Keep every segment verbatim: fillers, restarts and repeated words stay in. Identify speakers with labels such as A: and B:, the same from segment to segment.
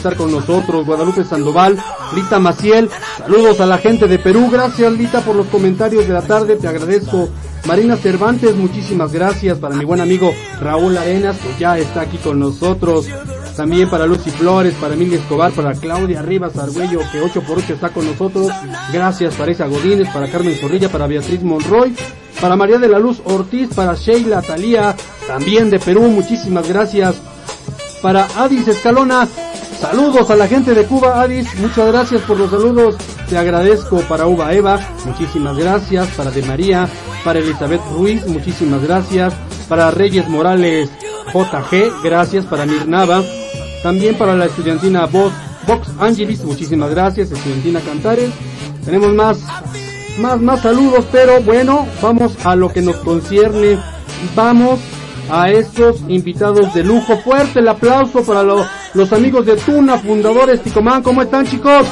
A: estar con nosotros. Guadalupe Sandoval, Lita Maciel, saludos a la gente de Perú. Gracias, Lita, por los comentarios de la tarde, te agradezco. Marina Cervantes, muchísimas gracias. Para mi buen amigo Raúl Arenas, que ya está aquí con nosotros. También para Lucy Flores, para Emilia Escobar, para Claudia Rivas Argüello, que ocho por ocho está con nosotros. Gracias para Isa Godínez, para Carmen Zorrilla, para Beatriz Monroy, para María de la Luz Ortiz, para Sheila Talía, también de Perú, muchísimas gracias. Para Adis Escalona, saludos a la gente de Cuba. Adis, muchas gracias por los saludos, te agradezco. Para Uva Eva, muchísimas gracias. Para De María, para Elizabeth Ruiz, muchísimas gracias. Para Reyes Morales J G, gracias. Para Mirnava, también para la estudiantina Vox, Vox Angelis, muchísimas gracias. Estudiantina Cantares, tenemos más, más, más saludos, pero bueno, vamos a lo que nos concierne. Vamos a estos invitados de lujo. Fuerte el aplauso para lo, los amigos de Tuna, fundadores Ticomán. ¿Cómo están, chicos?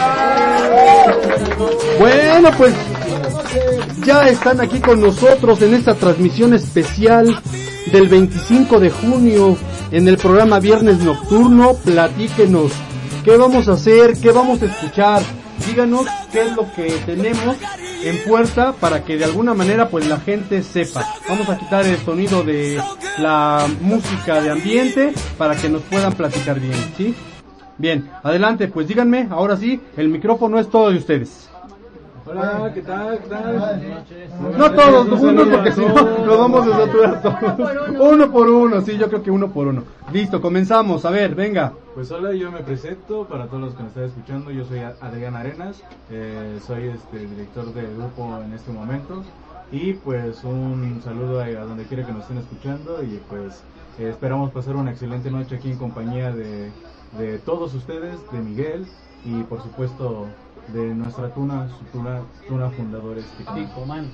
A: Bueno, pues ya están aquí con nosotros en esta transmisión especial del veinticinco de junio en el programa Viernes Nocturno. Platíquenos, ¿qué vamos a hacer? ¿Qué vamos a escuchar? Díganos qué es lo que tenemos en puerta para que de alguna manera pues la gente sepa. Vamos a quitar el sonido de la música de ambiente para que nos puedan platicar bien, ¿sí? Bien, adelante, pues díganme, ahora sí, el micrófono es todo de ustedes.
B: Hola, ¿qué tal? ¿Qué tal?
A: No todos, uno porque si no lo vamos a saturar todos. Uno por uno, sí, yo creo que uno por uno. Listo, comenzamos, a ver, venga.
B: Pues hola, yo me presento para todos los que me están escuchando. Yo soy Adrián Arenas, eh, soy este director de grupo en este momento. Y pues un saludo a, a donde quiera que nos estén escuchando. Y pues eh, esperamos pasar una excelente noche aquí en compañía de, de todos ustedes, de Miguel y por supuesto de nuestra Tuna, su Tuna, Tuna fundadores
C: Ticomán.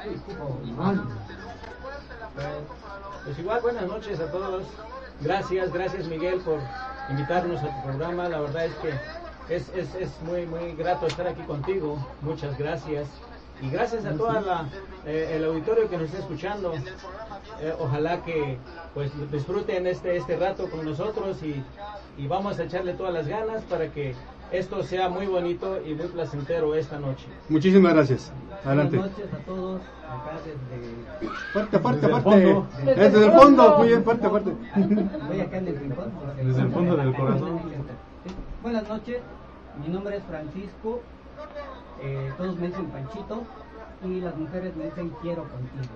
C: Pues igual, buenas noches a todos. Gracias, gracias Miguel por invitarnos a tu programa. La verdad es que es, es, es muy, muy grato estar aquí contigo. Muchas gracias. Y gracias a toda la, eh, el auditorio que nos está escuchando. Eh, ojalá que pues disfruten este, este rato con nosotros y, y vamos a echarle todas las ganas para que esto sea muy bonito y muy placentero esta noche.
A: Muchísimas gracias. Adelante.
D: Buenas noches a todos. Acá desde...
A: Fuerte, fuerte,
B: desde
A: fuerte.
B: El
A: desde, desde el fondo, muy bien, fuerte, fuerte.
D: Voy acá en el rincón.
B: Desde el fondo del corazón.
D: Buenas noches. Mi nombre es Francisco. Eh, todos me dicen Panchito. Y las mujeres me dicen quiero contigo.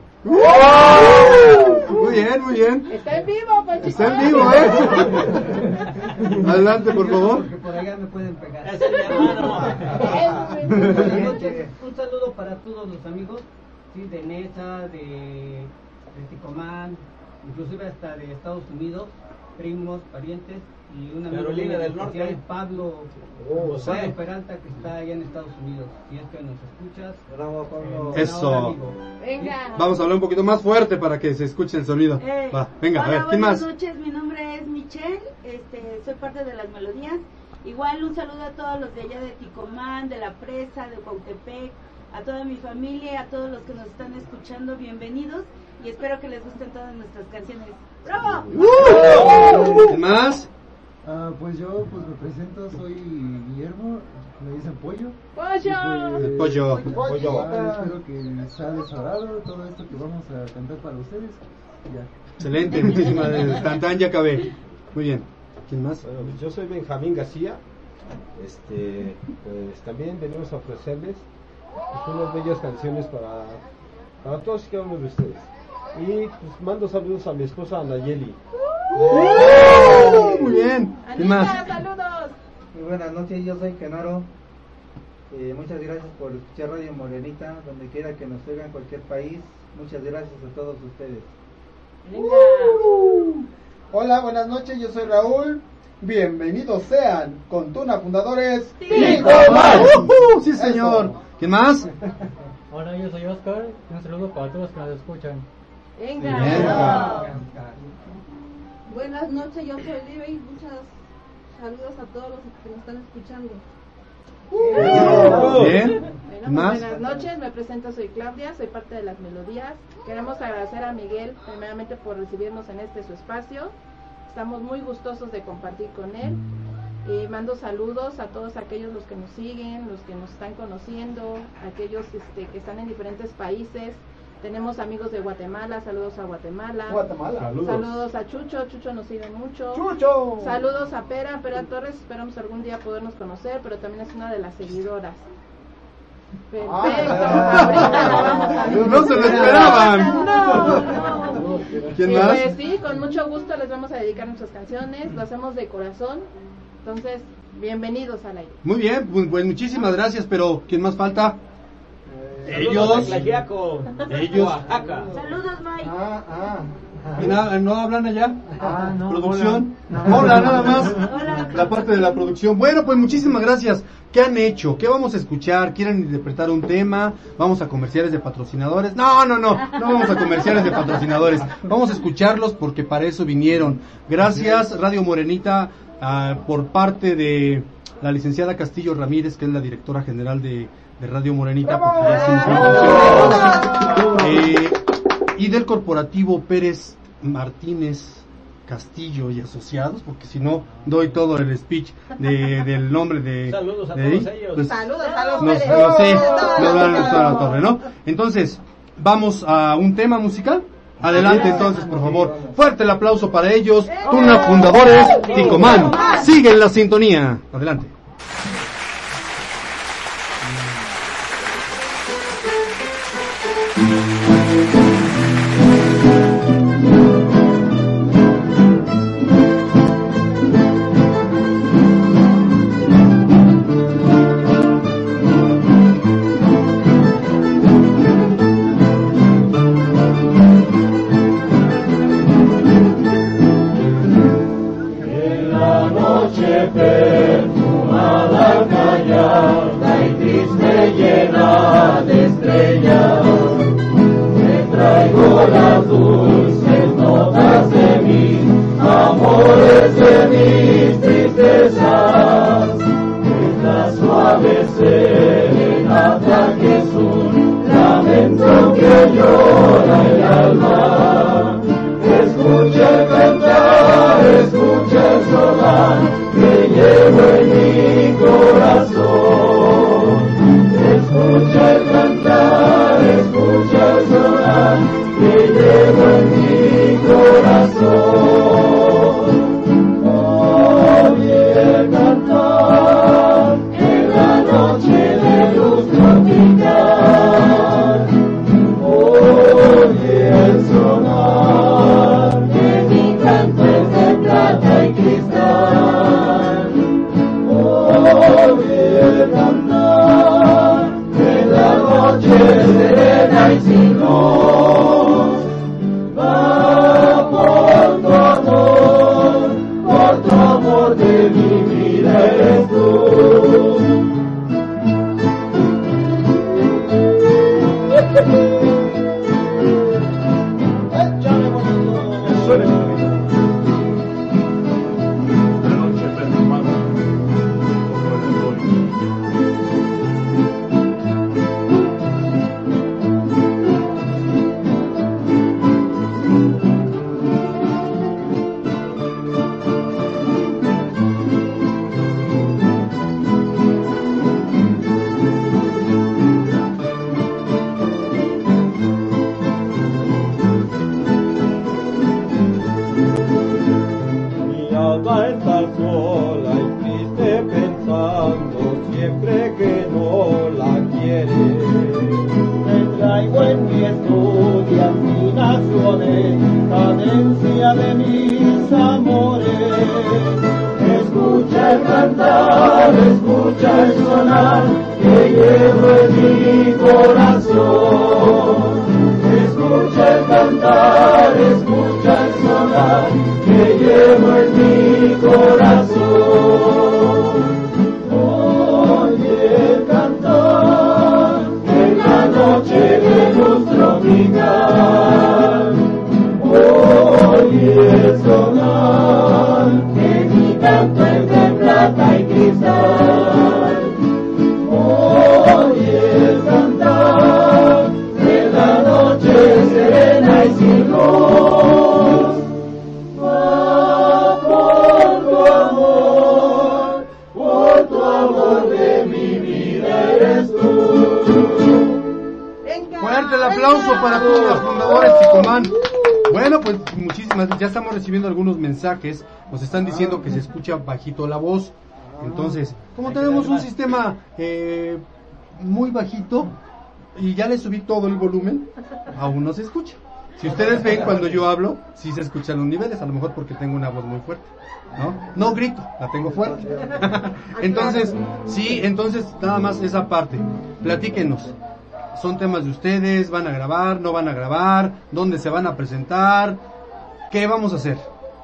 A: ¡Oh! Muy bien, muy bien.
E: Está en vivo, Panchito.
A: Está en vivo, ¿eh? Adelante, por favor.
D: Porque por allá me pueden pegar.
C: Es mi hermano.
D: Buenas noches. Un saludo para todos los amigos, sí, de Nesa, de, de Ticomán, inclusive hasta de Estados Unidos, primos, parientes. Y un amigo
C: Carolina del Norte,
D: Pablo,
C: oh,
D: Pablo Peralta, que está allá en Estados Unidos. Si es que nos escuchas, bravo, Pablo.
A: Eso.
E: Venga.
A: Vamos a hablar un poquito más fuerte para que se escuche el sonido.
F: Eh,
A: Va, venga,
F: hola,
A: a ver, ¿quién
F: buenas
A: más?
F: noches, mi nombre es Michelle, este, soy parte de las melodías. Igual un saludo a todos los de allá de Ticomán, de La Presa, de Cuautepec, a toda mi familia, a todos los que nos están escuchando, bienvenidos y espero que les gusten todas nuestras canciones. ¡Bravo!
A: Uh, ¿Quién más?
G: Ah, pues yo pues me presento, soy Guillermo, me dicen Pollo.
E: ¡Pollo!
A: El pollo.
G: Pollo. Ah, espero que les haya desagradado todo esto que vamos a cantar para ustedes. Ya.
A: Excelente, muchísimas gracias. Tan tan ya acabé. Muy bien. ¿Quién más?
H: Bueno, yo soy Benjamín García. Este, pues también venimos a ofrecerles pues, unas bellas canciones para, para todos y cada uno de ustedes. Y pues mando saludos a mi esposa Nayeli.
A: ¡Oh! Muy bien. ¿Quién más?
E: Anita, saludos.
I: Muy buenas noches, yo soy Genaro. Eh, muchas gracias por escuchar Radio Morenita, donde quiera que nos oigan en cualquier país. Muchas gracias a todos ustedes.
E: Venga.
J: Uh. Hola, buenas noches, yo soy Raúl. Bienvenidos sean con Tuna Fundadores
A: Ticomán. Uh, sí, señor. Eso. ¿Quién más?
K: Hola, yo soy Oscar. Un saludo para todos los que nos escuchan.
E: Venga.
A: Venga.
L: Buenas noches, yo soy Libre y muchas saludos a todos los que nos están escuchando.
A: Uh, Bien.
E: Bueno,
A: ¿Más?
E: Buenas noches, me presento, soy Claudia, soy parte de las melodías. Queremos agradecer a Miguel primeramente por recibirnos en este su espacio. Estamos muy gustosos de compartir con él. Eh, mando saludos a todos aquellos los que nos siguen, los que nos están conociendo, aquellos este, que están en diferentes países. Tenemos amigos de Guatemala, saludos a Guatemala.
J: Guatemala.
E: Saludos. Saludos a Chucho, Chucho nos sigue mucho.
J: Chucho.
E: Saludos a Pera, Pera Torres, esperamos algún día podernos conocer, pero también es una de las seguidoras. Perfecto,
J: Ah,
E: ahorita la vamos a ver.
A: No se lo esperaban.
E: No, no.
A: ¿Quién
E: Y
A: más?
E: pues sí, con mucho gusto les vamos a dedicar nuestras canciones, lo hacemos de corazón, entonces bienvenidos al aire.
A: Muy bien, pues, pues muchísimas gracias, pero ¿quién más falta? Ellos. Ellos.
F: Saludos, Mike.
J: Ah, ah.
A: ¿Y nada, ¿No hablan allá?
K: Ah, no,
A: ¿Producción?
K: hola.
A: Hola, hola, nada más.
F: Hola.
A: La parte de la producción. Bueno, pues muchísimas gracias. ¿Qué han hecho? ¿Qué vamos a escuchar? ¿Quieren interpretar un tema? ¿Vamos a comerciales de patrocinadores? No, no, no. No vamos a comerciales de patrocinadores. Vamos a escucharlos porque para eso vinieron. Gracias, Radio Morenita, uh, por parte de la licenciada Castillo Ramírez, que es la directora general de, de Radio Morenita, porque ya hicimos eh, y del corporativo Pérez Martínez Castillo y Asociados, porque si no doy todo el speech de, del nombre de...
C: Saludos a
A: de
C: todos
A: ahí,
C: ellos.
A: pues,
E: Saludos a los
A: no,
E: Pérez.
A: no sé, nos van a toda la torre, ¿no? Entonces, vamos a un tema musical. Adelante entonces, por favor. Fuerte el aplauso para ellos. Tuna Fundadores, Ticomán. Sigue en la sintonía. Adelante.
M: Va por tu amor.
A: el aplauso para todos los fundadores Ticomán. Bueno, pues muchísimas, ya estamos recibiendo algunos mensajes, nos están diciendo que se escucha bajito la voz. Entonces, como tenemos un sistema eh, muy bajito y ya le subí todo el volumen, aún no se escucha. Si ustedes ven cuando yo hablo, sí se escuchan los niveles, a lo mejor porque tengo una voz muy fuerte, ¿no? No grito, la tengo fuerte. Entonces, sí, entonces nada más esa parte. Platíquenos. ¿Son temas de ustedes? ¿Van a grabar? ¿No van a grabar? ¿Dónde se van a presentar? ¿Qué vamos a hacer?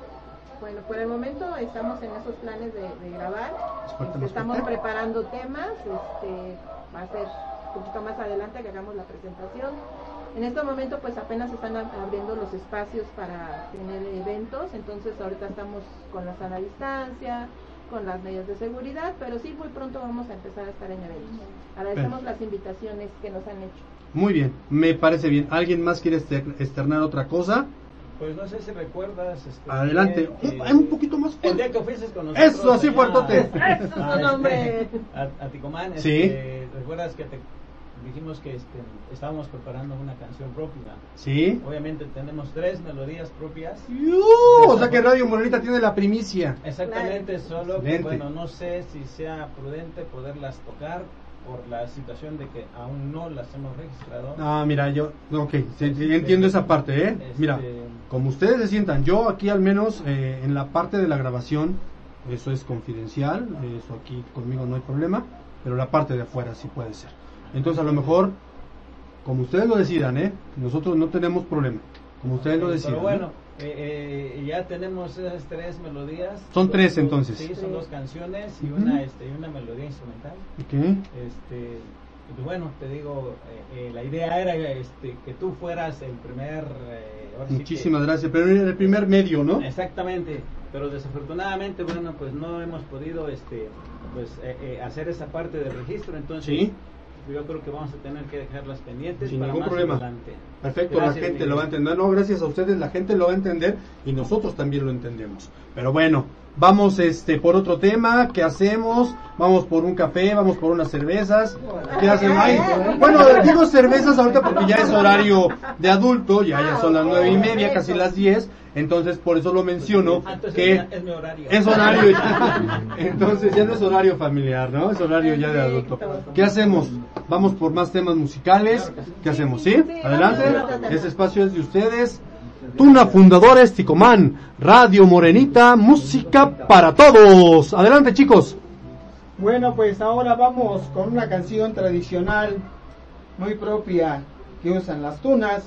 E: Bueno, por el momento estamos en esos planes de, de grabar.
A: Fuerte,
E: estamos
A: fuerte.
E: preparando temas. Este, va a ser un poquito más adelante que hagamos la presentación. En este momento pues apenas están abriendo los espacios para tener eventos. Entonces ahorita estamos con la sana distancia, con las medidas de seguridad, pero sí muy pronto vamos a empezar a estar en eventos. Agradecemos las invitaciones que nos han hecho.
A: Muy bien, me parece bien. ¿Alguien más quiere externar otra cosa?
C: Pues no sé si recuerdas. Este,
A: Adelante,
C: que,
A: un, un poquito más fuerte.
C: El día que fuiste con nosotros.
A: Eso, así fuertote.
E: Eso es un hombre.
C: A, a Ticomán,
A: Sí.
C: Este, ¿recuerdas que te dijimos que este, estábamos preparando una canción propia?
A: Sí.
C: Obviamente tenemos tres melodías propias.
A: Uh, o sea que Radio Morenita tiene la primicia.
C: Exactamente,
E: Claro.
C: solo que
A: Excelente.
C: bueno, no sé si sea prudente poderlas tocar por la situación de que aún no las hemos registrado.
A: Ah, mira, yo, ok, sí, sí, entiendo esa parte, ¿eh?
C: Este-
A: Mira, como ustedes se sientan, yo aquí al menos eh, en la parte de la grabación, eso es confidencial, eso aquí conmigo no hay problema, pero la parte de afuera sí puede ser. Entonces a lo mejor, como ustedes lo decidan, ¿eh? Nosotros no tenemos problema, como ustedes lo
C: Sí,
A: decidan.
C: pero bueno,
A: ¿no?
C: eh, eh, ya tenemos esas tres melodías.
A: Son tres,
C: Dos-
A: entonces.
C: Sí, son dos canciones y
A: Ujú.
C: una este y una melodía instrumental.
A: Ok.
C: Este, y pues bueno, te digo, eh, eh, la idea era este que tú fueras el primer. Eh, ahora sí
A: Muchísimas
C: que-
A: gracias, pero en el primer medio, ¿no?
C: Exactamente, pero desafortunadamente, bueno, pues no hemos podido, este, pues eh, eh, hacer esa parte del registro, entonces.
A: Sí.
C: Yo creo que vamos a tener que dejarlas pendientes
A: Sin
C: para
A: ningún
C: más
A: problema.
C: adelante.
A: Perfecto,
C: Gracias,
A: la gente
C: Miguel.
A: lo va a entender. No, gracias a ustedes, la gente lo va a entender y nosotros también lo entendemos. Pero bueno, vamos este por otro tema. ¿Qué hacemos? Vamos por un café, vamos por unas cervezas. ¿Qué hacen? Ay, bueno, digo cervezas ahorita porque ya es horario de adulto, ya, ya son las nueve y media, casi las diez. Entonces por eso lo menciono
C: Ah, entonces
A: que
C: es mi- es mi horario.
A: es horario ya. Entonces ya no es horario familiar, ¿no? Es horario ya de adulto. ¿Qué hacemos? Vamos por más temas musicales. ¿Qué hacemos? ¿Sí? Adelante. Este espacio es de ustedes. Tuna Fundadores Ticomán, Radio Morenita, música para todos. Adelante, chicos.
J: Bueno, pues ahora vamos con una canción tradicional muy propia que usan las tunas,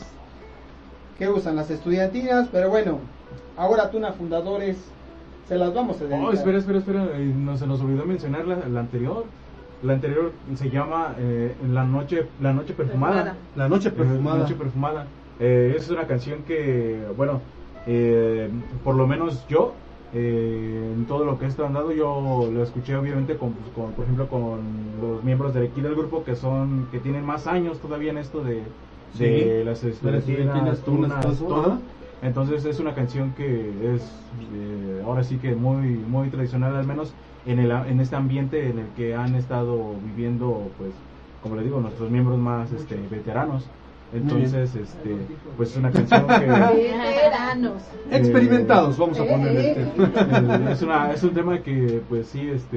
J: que usan las estudiantinas, pero bueno, ahora Tuna Fundadores se las vamos a dedicar.
B: Oh, espera, espera, espera, eh, no, se nos olvidó mencionar la, la anterior. La anterior se llama eh, La Noche La Noche Perfumada.
A: La Noche Perfumada.
B: La Noche Perfumada. Eh, es una canción que, bueno, eh, por lo menos yo, eh, en todo lo que he estado andando, yo lo escuché obviamente con, pues, con, por ejemplo, con los miembros de aquí del grupo que son, que tienen más años todavía en esto de, de
A: Sí,
B: las
A: de las
B: estudiantinas,
A: estudiantinas,
B: tunas,
A: tunas, todo eso,
B: todo.
A: ajá.
B: Entonces es una canción que es eh, ahora sí que muy muy tradicional, al menos en el en este ambiente en el que han estado viviendo, pues como les digo, nuestros miembros más este, veteranos. Entonces, este, pues es una canción que
E: Veteranos.
B: eh,
A: Experimentados, vamos a poner este.
B: eh, es una es un tema que pues sí este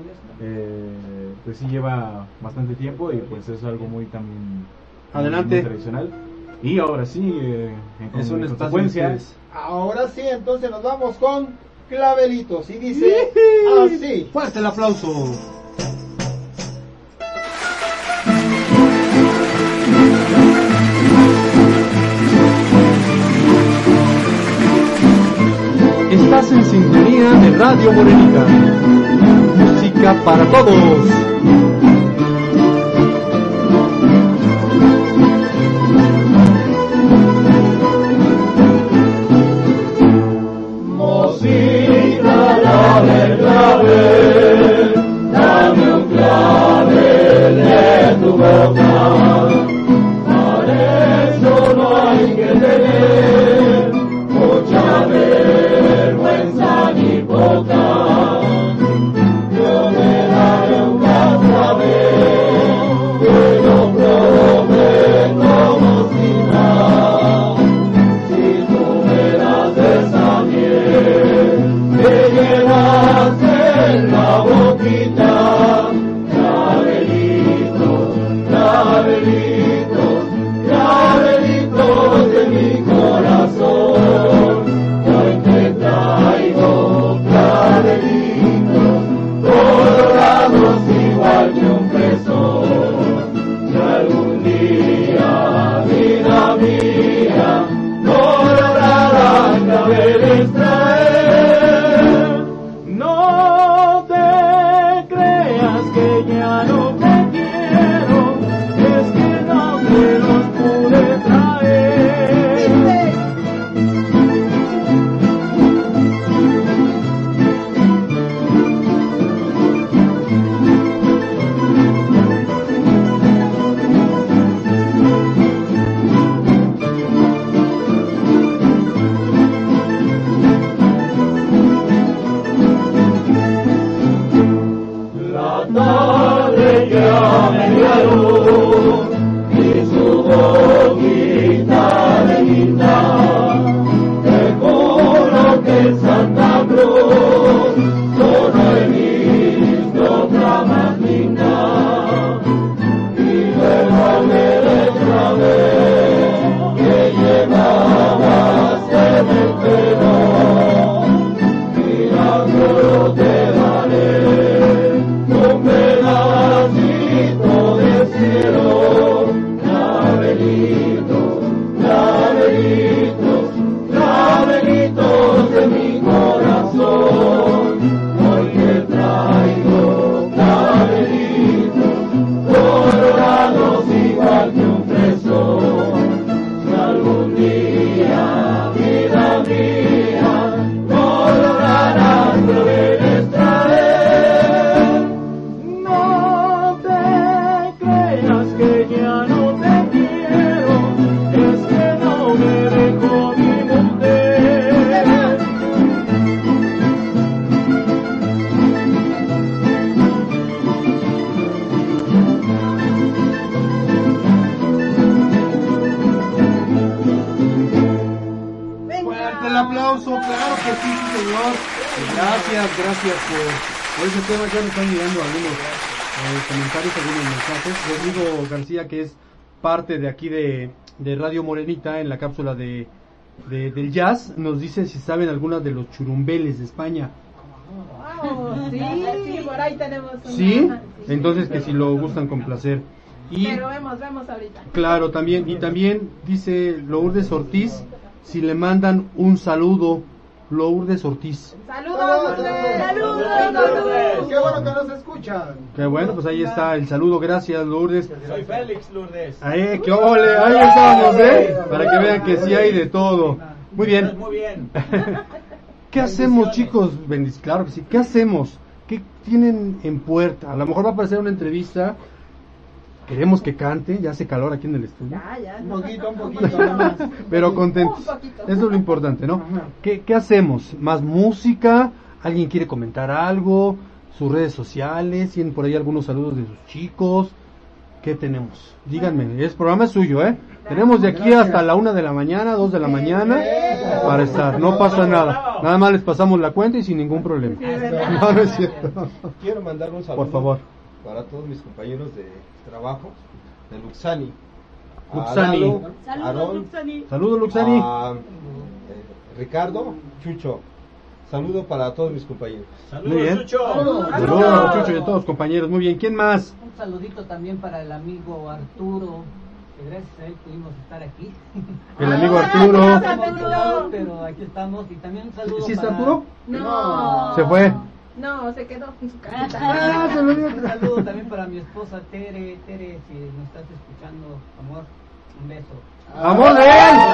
B: eh, pues sí lleva bastante tiempo y pues es algo muy también
A: Adelante.
B: muy tradicional. Y ahora sí, eh, en,
A: Es un
B: en
A: espacio
B: consecuencia,
A: de ustedes.
J: Ahora sí, entonces nos vamos con Clavelitos y dice así.
A: Fuerte el aplauso. Estás en sintonía de Radio Morenita. Música para todos.
M: Mosita, clave, clave, dame un clavel de tu boca. Para eso no hay que tener mucha vergüenza ni poca. Yo me daré un caso tarde ya media luz y su boquita de linda, te juro que Santa Cruz yo no he visto otra más linda, y luego me declaré que llevabas en el pelo, milagro te daré un pedacito de cielo, clavelitos, clavelitos, clavelitos de mi corazón, hoy te traigo clavelitos, colorados igual que un fresón, si algún día, vida mía, no lograrás claveles traer, no te creas que ya no te quiero, es que no me dejó mi mujer.
A: Fuerte el aplauso, claro que sí, sí, señor. Gracias, gracias por, por ese tema. Ya me están llegando algunos eh, comentarios, algunos mensajes. Rodrigo García, que es parte de aquí de, de Radio Morenita en la cápsula de, de del jazz, nos dice si saben algunas de los churumbeles de España.
E: Wow, sí, sí, por ahí tenemos una.
A: ¿Sí? Entonces que si lo gustan con placer. Y
E: Pero vemos, vemos ahorita.
A: claro, también, y también dice Lourdes Ortiz, si le mandan un saludo, Lourdes Ortiz.
E: Saludos, Lourdes.
J: Saludos,
E: Saludos.
J: Qué bueno que nos escuchan.
A: Que bueno, pues ahí está el saludo, gracias Lourdes.
C: Soy Félix Lourdes.
A: Ahí, que ole, ahí estamos, ¿eh? Para que vean que sí hay de todo. Muy bien.
C: Muy bien.
A: ¿Qué hacemos, chicos? Bendic- Claro que sí. ¿Qué hacemos? ¿Qué tienen en puerta? A lo mejor va a aparecer una entrevista. Queremos que cante, ya hace calor aquí en el estudio.
E: Ya, ya.
J: Un poquito, un poquito, nada más.
A: Pero contentos.
E: Un poquito.
A: Eso es lo importante, ¿no? ¿Qué, ¿Qué hacemos? ¿Más música? ¿Alguien quiere comentar algo? ¿Sus redes sociales? ¿Tienen por ahí algunos saludos de sus chicos? ¿Qué tenemos? Díganme, el programa es suyo, ¿eh? Tenemos de aquí hasta la una de la mañana, dos de la mañana para estar, no pasa nada. Nada más les pasamos la cuenta y sin ningún problema. No, no es cierto.
H: Quiero mandar un saludo
A: Por favor.
H: para todos mis compañeros de trabajo de Luxani. A
A: Luxani.
H: Lalo,
F: Saludos,
H: Aarón,
F: Luxani.
A: Saludos, Luxani.
H: a eh, Ricardo, Chucho. Saludo para todos mis compañeros.
A: Muy bien.
C: Chucho.
A: Saludos, Chucho y a todos los compañeros. Muy bien, ¿quién más?
D: Un saludito también para el amigo Arturo, que gracias a él pudimos estar aquí.
A: El amigo Arturo.
D: Arturo. Pero aquí estamos. Y también un saludo
A: ¿Sí está
D: para...
A: Arturo?
E: No.
A: Se fue.
E: No, se quedó en su
D: Ah,
E: casa.
D: un saludo también para mi esposa Tere. Tere, si nos estás escuchando, amor, un beso.
A: ¡Amor de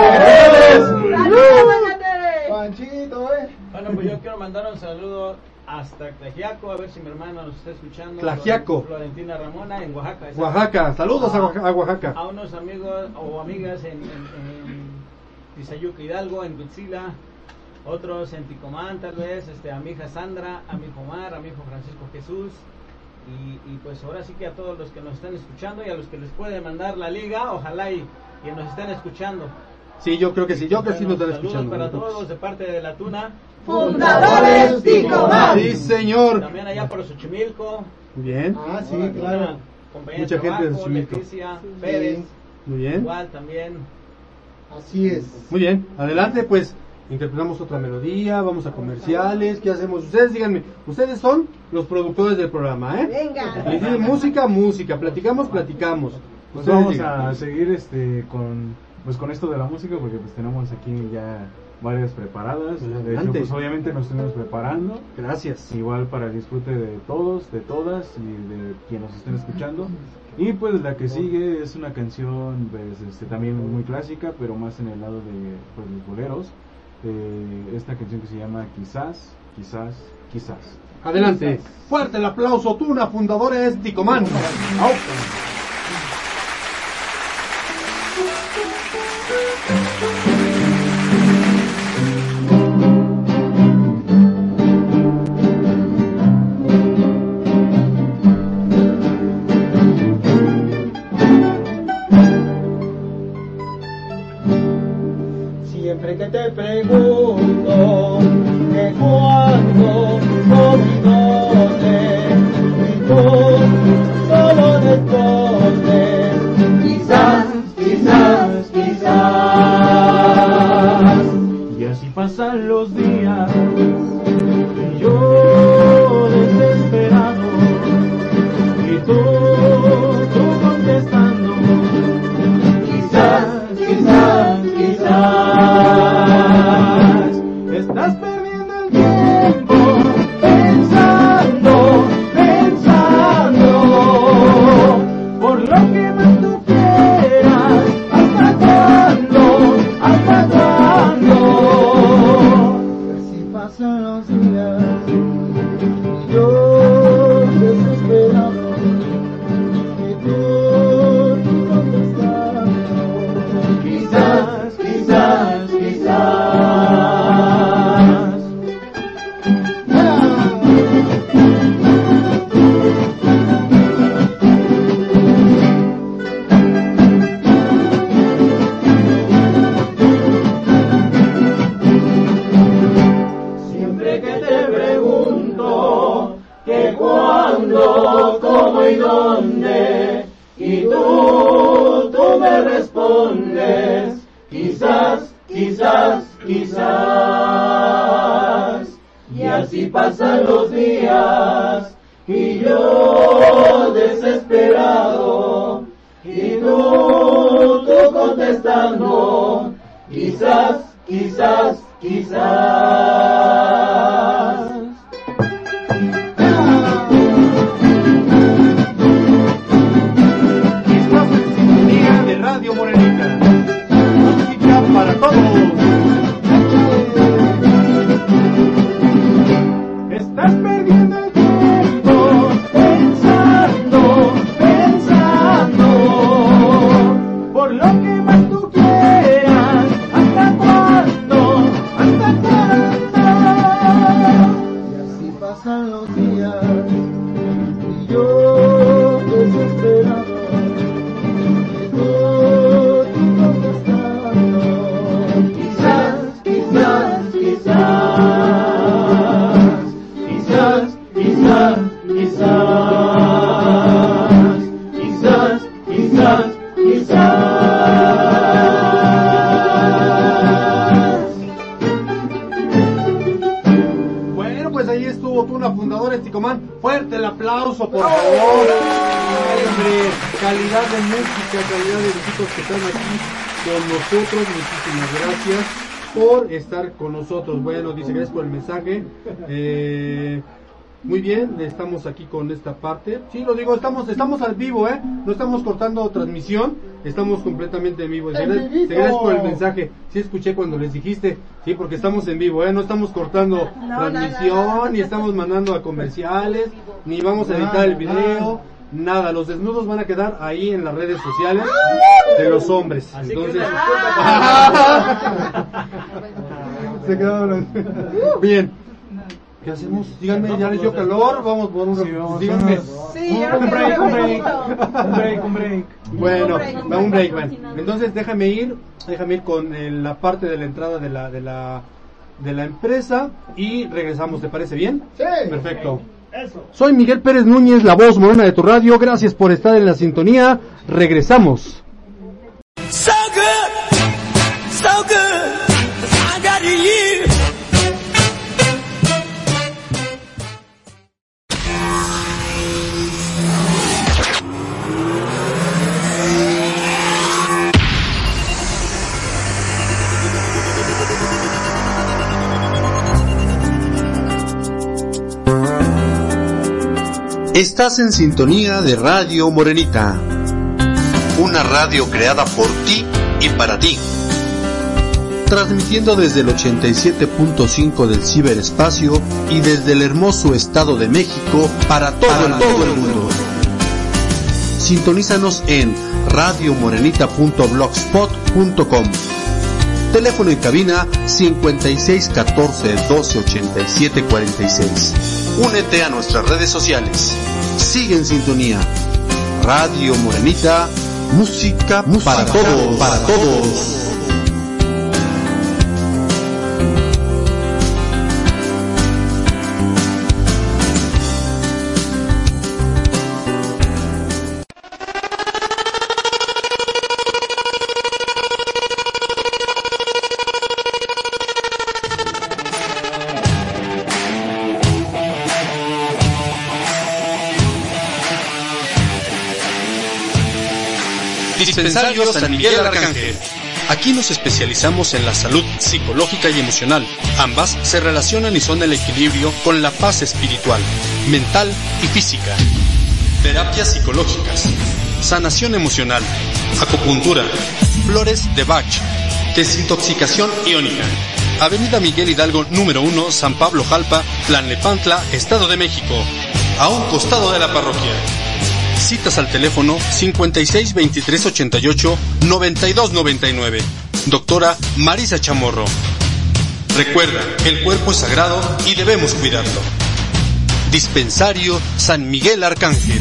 A: él!
E: ¡Saludos, Tere!
J: Panchito, eh.
C: Bueno, pues yo quiero mandar un saludo hasta Tlaxiaco, a ver si mi hermana nos está escuchando.
A: Tlaxiaco.
C: Florentina Ramona, en Oaxaca. Esa-
A: Oaxaca, saludos a Oaxaca- a Oaxaca.
C: A unos amigos o amigas en, en, en Tizayuca Hidalgo, en Huitzila, otros en Ticomán tal vez, este, a mi hija Sandra, a mi hijo Omar, a mi hijo Francisco Jesús, y, y pues ahora sí que a todos los que nos están escuchando y a los que les puede mandar la liga, ojalá y, y nos estén escuchando.
A: Sí, yo creo que sí, yo creo que sí nos están
C: Saludos
A: escuchando.
C: para todos de parte de la Tuna.
E: Fundadores Ticomán.
A: Sí, señor.
C: También allá por Xochimilco.
A: Muy bien.
J: Ah, sí, claro.
C: Compañía
A: Mucha
C: de
A: gente de
C: trabajo,
A: Xochimilco.
C: Leticia,
J: Sí.
C: Pérez,
A: Muy bien.
C: igual también.
J: Así es.
A: Muy bien. Adelante, pues. Interpretamos otra melodía, vamos a comerciales. ¿Qué hacemos? Ustedes díganme. Ustedes son los productores del programa, ¿eh?
E: Venga.
A: Y dicen música, música. Platicamos, platicamos.
B: Pues
A: Ustedes
B: vamos
A: digan.
B: a seguir este con pues con esto de la música porque pues tenemos aquí ya varias preparadas. De hecho,
A: Adelante.
B: pues obviamente nos estuvimos preparando.
A: Gracias.
B: Igual para el disfrute de todos, de todas y de quienes nos estén escuchando. Y pues la que sigue es una canción pues este, también muy clásica, pero más en el lado de pues, los boleros. Eh, esta canción que se llama Quizás, Quizás, Quizás.
A: Adelante. Fuerte el aplauso. Tuna, fundadora es Ticomán. Au.
M: preguntando cómo y dónde, y tú, tú me respondes, quizás, quizás, quizás. Y así pasan los días, y yo desesperado, y tú, tú contestando, quizás, quizás, quizás.
A: Estás en sintonía de Radio Morenita, música para todos.
M: Estás perdiendo el tiempo pensando, pensando, por lo que más tú quieras, hasta cuándo, hasta cuándo.
G: Y así pasan los días y yo desesperado, y tú, tú contestando,
M: quizás, quizás, quizás. Quizás, quizás, quizás, quizás, quizás.
A: Bueno, pues ahí estuvo Tuna, fundadora de Ticomán. Fuerte el aplauso, por favor. Ay, hombre, calidad de música, calidad de chicos que están aquí con nosotros. Muchísimas gracias por estar con nosotros. Bueno, dice, gracias por el mensaje. Eh, muy bien, estamos aquí con esta parte. Sí, lo digo, estamos estamos al vivo, ¿eh? No estamos cortando transmisión, estamos completamente en vivo. Dice, gracias, dice, gracias por el mensaje. Sí, escuché cuando les dijiste, sí, porque estamos en vivo, ¿eh? No estamos cortando
E: No,
A: transmisión,
E: nada, nada.
A: ni estamos mandando a comerciales, ni vamos a editar el video. Nada, los desnudos van a quedar ahí en las redes sociales de los hombres.
C: Así
A: Entonces,
C: que
A: se quedaron. Bien. ¿Qué hacemos? Díganme, ya les dio calor, vamos por un...
B: Sí, vamos,
A: díganme.
E: Sí, yo
B: Un break, un break,
E: creo
B: un break, un break.
A: Bueno,
E: Un break, un
A: va un break,
E: break.
A: bueno. Entonces déjame ir, déjame ir con eh, la parte de la entrada de la de la de la empresa y regresamos, ¿te parece bien?
J: Sí.
A: Perfecto.
C: Eso.
A: Soy Miguel Pérez Núñez, la voz morena de tu radio. Gracias por estar en la sintonía. Regresamos.
M: So good, so good, I got you.
N: Estás en sintonía de Radio Morenita, una radio creada por ti y para ti, transmitiendo desde el ochenta y siete punto cinco del ciberespacio y desde el hermoso Estado de México para todo, para el, todo el mundo. Sintonízanos en radio morenita punto blogspot punto com. Teléfono y cabina cincuenta y seis catorce doce ochenta y siete cuarenta y seis. Únete a nuestras redes sociales. Sigue en sintonía. Radio Morenita, música, música para todos, para todos. Dispensario San Miguel Arcángel. Aquí nos especializamos en la salud psicológica y emocional. Ambas se relacionan y son el equilibrio con la paz espiritual, mental y física. Terapias psicológicas, sanación emocional, acupuntura, flores de Bach, desintoxicación iónica. Avenida Miguel Hidalgo número uno, San Pablo Jalpa, Tlalnepantla, Estado de México, a un costado de la parroquia. Citas al teléfono cincuenta y seis veintitrés ochenta y ocho noventa y dos noventa y nueve. Doctora Marisa Chamorro. Recuerda, el cuerpo es sagrado y debemos cuidarlo. Dispensario San Miguel Arcángel.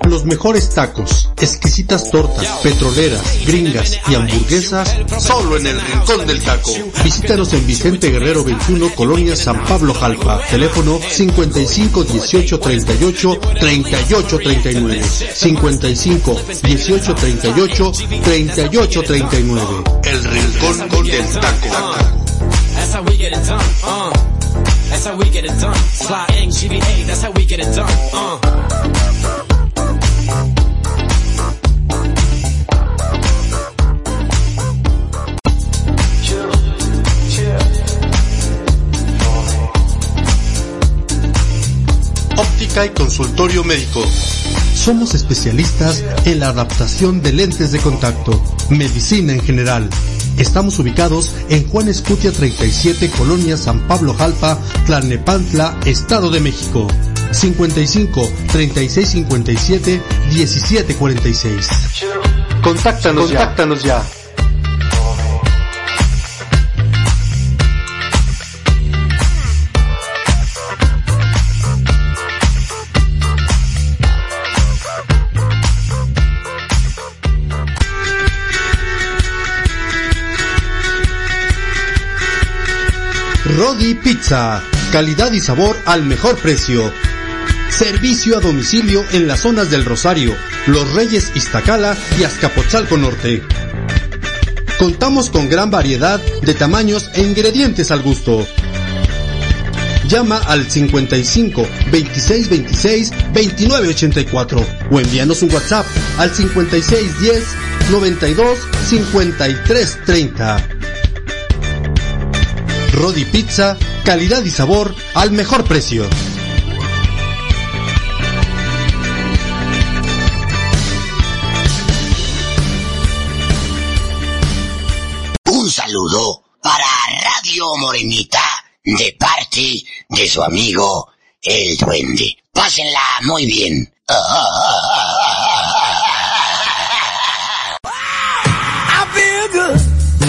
N: Los mejores tacos, exquisitas tortas, petroleras, gringas y hamburguesas, solo en el Rincón del Taco. Visítanos en Vicente Guerrero veintiuno, Colonia San Pablo Jalpa. Teléfono cincuenta y cinco dieciocho treinta y ocho treinta y ocho treinta y nueve. cincuenta y cinco dieciocho treinta y ocho treinta y ocho treinta y nueve. El Rincón del Taco.
M: That's how we get it done, uh. That's how we get it done. Sly Ing, G B A, that's how we get it done, uh.
N: Óptica y consultorio médico. Somos especialistas en la adaptación de lentes de contacto, medicina en general. Estamos ubicados en Juan Escutia treinta y siete, Colonia San Pablo Jalpa, Tlalnepantla, Estado de México. cincuenta y cinco treinta y seis cincuenta y siete diecisiete cuarenta y seis. Contáctanos, Contáctanos ya. ya. Rodi Pizza, calidad y sabor al mejor precio. Servicio a domicilio en las zonas del Rosario, Los Reyes, Iztacala y Azcapotzalco Norte. Contamos con gran variedad de tamaños e ingredientes al gusto. Llama al cincuenta y cinco veintiséis veintiséis veintinueve ochenta y cuatro o envíanos un WhatsApp al cincuenta y seis diez noventa y dos cincuenta y tres treinta. Rodi Pizza, calidad y sabor al mejor precio.
O: Un saludo para Radio Morenita de parte de su amigo El Duende. Pásenla muy bien. I feel good.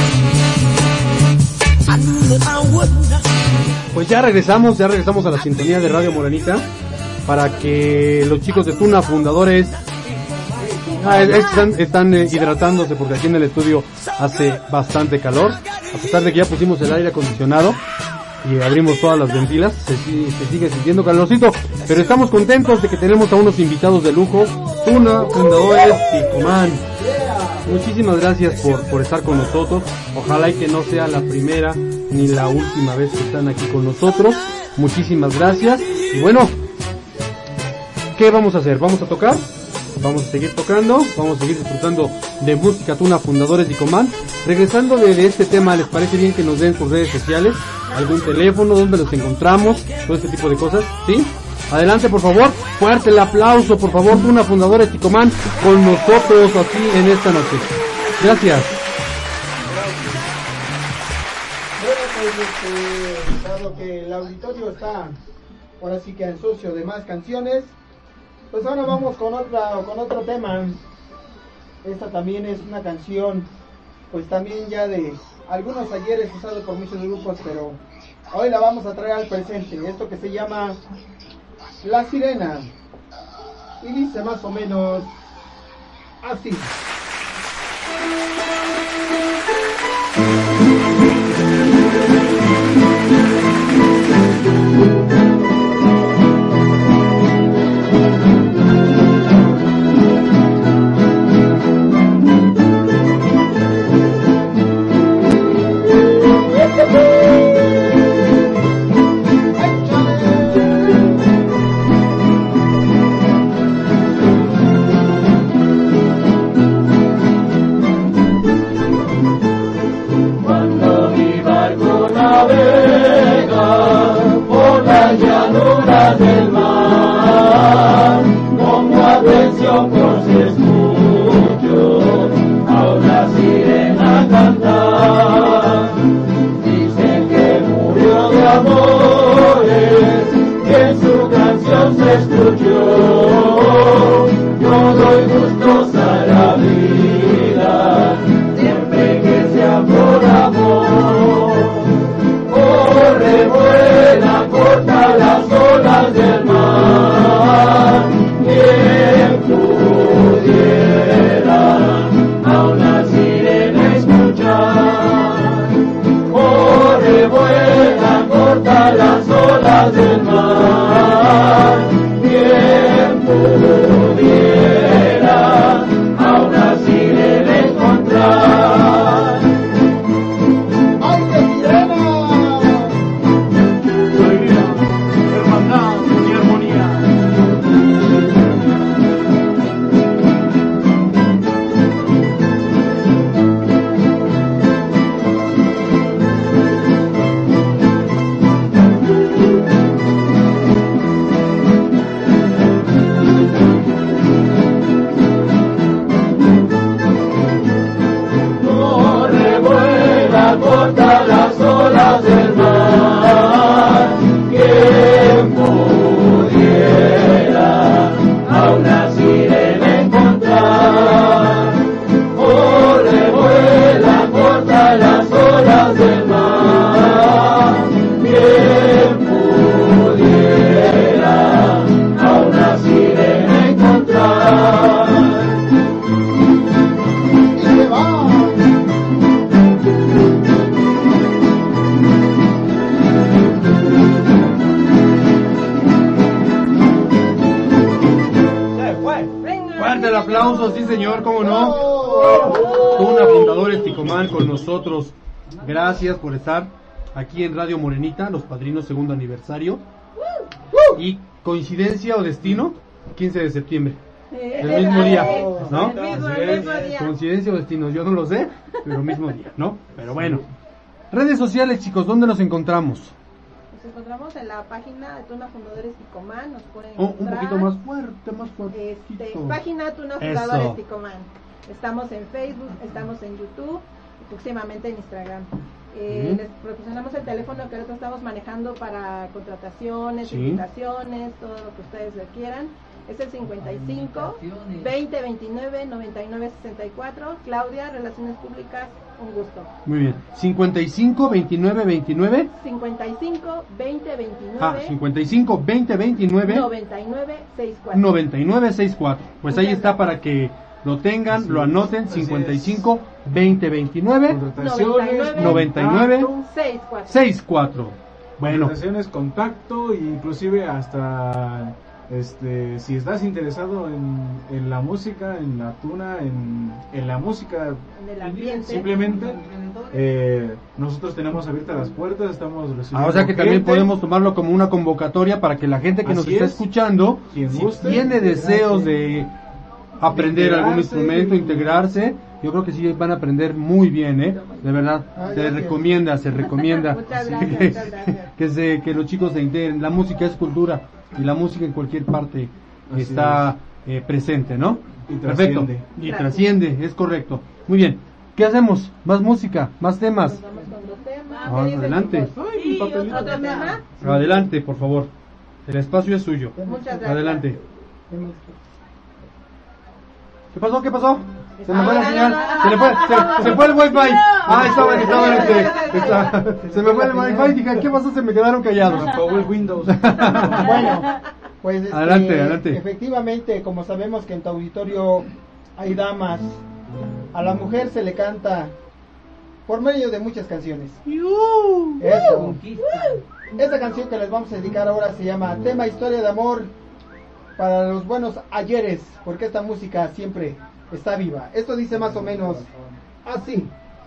A: Pues ya regresamos, ya regresamos a la sintonía de Radio Morenita para que los chicos de Tuna, fundadores, ah, están, están eh, hidratándose porque aquí en el estudio hace bastante calor, a pesar de que ya pusimos el aire acondicionado y abrimos todas las ventilas, se, se sigue sintiendo calorcito, pero estamos contentos de que tenemos a unos invitados de lujo, Tuna, fundadores y Comán. Muchísimas gracias por, por estar con nosotros. Ojalá y que no sea la primera ni la última vez que están aquí con nosotros. Muchísimas gracias. Y bueno, ¿qué vamos a hacer? ¿Vamos a tocar? Vamos a seguir tocando, vamos a seguir disfrutando de música Tuna, fundadores y Comán. Regresando de, de este tema, ¿les parece bien que nos den sus redes sociales? ¿Algún teléfono? ¿Dónde los encontramos? Todo este tipo de cosas, ¿sí? Adelante, por favor. Fuerte el aplauso, por favor, Tuna, fundadores y Comán, con nosotros aquí en esta noche. Gracias.
J: Bueno, pues este, dado que el auditorio está ahora sí que en socio de más canciones, pues ahora vamos con otra con otro tema. Esta también es una canción, pues también ya de algunos ayeres usado por muchos grupos, pero hoy la vamos a traer al presente. Esto que se llama La Sirena, y dice más o menos así.
M: Thank pudiera, aún así debe encontrar.
J: ¡Aunque sirena!
B: Soy vida, hermandad y armonía.
M: Corre, vuela, corta las olas del mar. Quien pudiera, aún así debe encontrar. Corre, vuela, corta las olas del mar. Quien pudiera, aún así debe encontrar.
J: ¡Y se va!
A: Fuerte el aplauso, sí señor, cómo no. Una Fundadores Ticomán con nosotros. Gracias por estar aquí en Radio Morenita, los padrinos segundo aniversario. Y coincidencia o destino, quince de septiembre. El mismo día, ¿no?
E: El mismo, el mismo día.
A: Coincidencia o destino, yo no lo sé, pero mismo día, ¿no? Pero bueno. Redes sociales, chicos, ¿dónde nos encontramos?
E: Nos encontramos en la página de Tuna Fundadores Ticomán, nos pueden
A: Oh, un
E: encontrar.
A: poquito más fuerte, más fuerte.
E: Este, página Tuna
A: Eso.
E: Fundadores Ticomán. Estamos en Facebook, estamos en YouTube y próximamente en Instagram. Eh,
A: Ujú.
E: Les proporcionamos el teléfono que ahorita estamos manejando para contrataciones,
A: Sí.
E: invitaciones, todo lo que ustedes requieran. Es el cincuenta y cinco, veinte, veintinueve, noventa y nueve, sesenta y cuatro. Claudia, Relaciones Públicas, un gusto.
A: Muy bien. cincuenta y cinco, veintinueve, veintinueve.
E: cincuenta y cinco, veinte, veintinueve,
A: Ah, cincuenta y cinco, veinte, veintinueve.
E: noventa y nueve, sesenta y cuatro.
A: noventa y nueve sesenta y cuatro. Pues ahí está para que lo tengan,
B: Así
A: lo
B: es,
A: anoten.
B: así
A: cincuenta y
B: es.
A: cinco, veinte, veintinueve,
B: Contrataciones,
A: noventa y nueve,
E: sesenta y cuatro.
A: sesenta y cuatro. Bueno,
B: Contrataciones, contacto, inclusive hasta este si estás interesado en, en la música, en la tuna, en, en la música,
E: En el ambiente.
B: simplemente eh, nosotros tenemos abiertas las puertas, estamos recibiendo
A: ah, o sea que también
B: gente.
A: podemos tomarlo como una convocatoria para que la gente que nos
B: Así
A: está
B: es.
A: escuchando,
B: Quien
A: si
B: guste,
A: tiene deseos de aprender
B: de
A: algún
B: integrarse,
A: instrumento,
B: y-
A: integrarse, yo creo que sí van a aprender muy bien, ¿eh? De verdad,
J: Ah,
A: se
J: gracias.
A: recomienda, se recomienda
E: Muchas
A: sí,
E: gracias,
A: que,
E: muchas gracias.
A: que se, que los chicos se integren. La música es cultura y la música en cualquier parte
B: Así
A: está eh, presente, ¿no?
B: Y
A: Perfecto.
B: trasciende.
A: Y
E: Gracias.
A: trasciende, es correcto. Muy bien. ¿Qué hacemos? Más música, más temas.
E: Nos vamos con dos temas.
A: Ah,
E: ¿Qué dicen,
A: adelante.
E: chicos?
B: Ay, mi
E: Sí,
B: papelito.
E: otro tema.
A: Adelante, por favor. El espacio es suyo.
E: Muchas gracias.
A: Adelante. ¿Qué pasó? ¿Qué pasó? Se me fue la
E: Ah,
A: señal.
E: no, no,
A: Se le fue,
E: no,
A: se,
E: no,
A: se fue el wifi.
E: no.
A: Ah, estaba en, estaba en este. está- se me fue el wifi. Dije, ¿qué pasó? Se me quedaron callados.
B: Apagó el Windows.
J: Bueno, pues este,
A: Adelante, adelante.
J: efectivamente, como sabemos que en tu auditorio hay damas, a la mujer se le canta por medio de muchas canciones. Eso. Esta canción que les vamos a dedicar ahora se llama Tema Historia de Amor para los buenos ayeres, porque esta música siempre está viva. Esto dice más o menos así.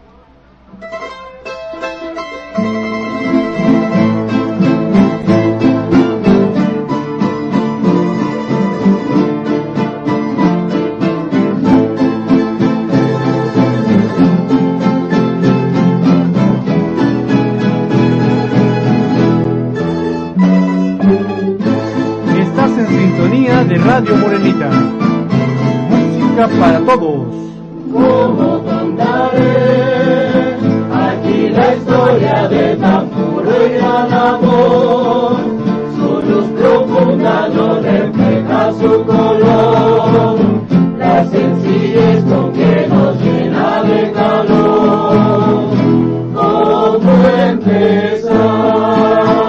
A: Estás en sintonía de Radio Morenita. Música para todos.
M: ¿Cómo contaré aquí la historia de tan puro y gran amor? Su luz profunda no refleja su color, la sencillez con que nos llena de calor. ¿Cómo empezar?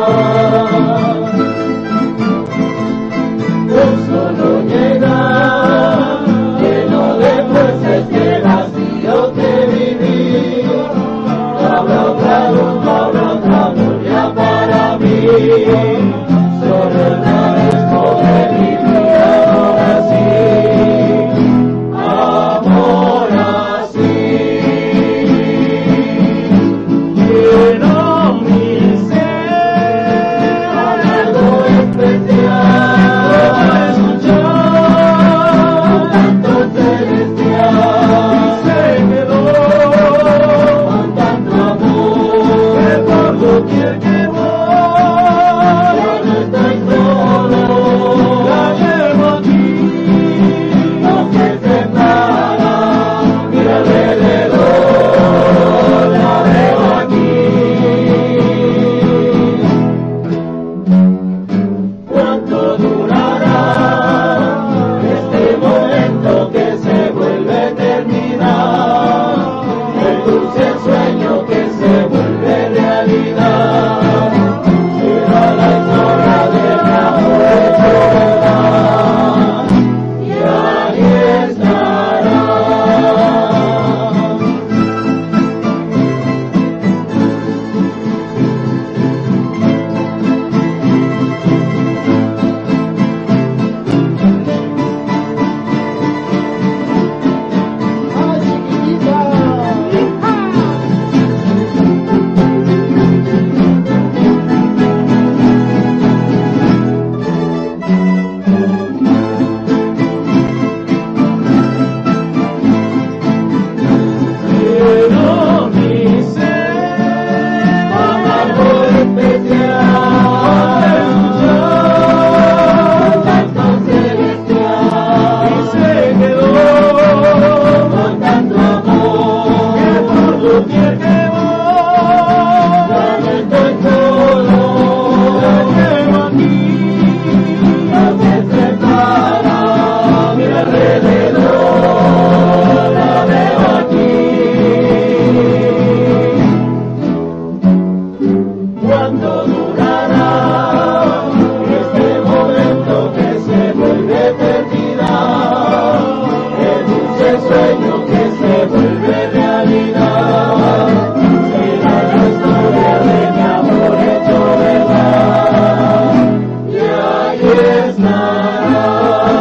M: Con solo llegar, lleno de fuerza este vacío que viví. No habrá otra luz, no habrá otra gloria para mí. Solo el maestro de mi vida ahora sí. verdad, el dulce sueño que se vuelve realidad, será la historia de mi amor hecho verdad, y ahí estará.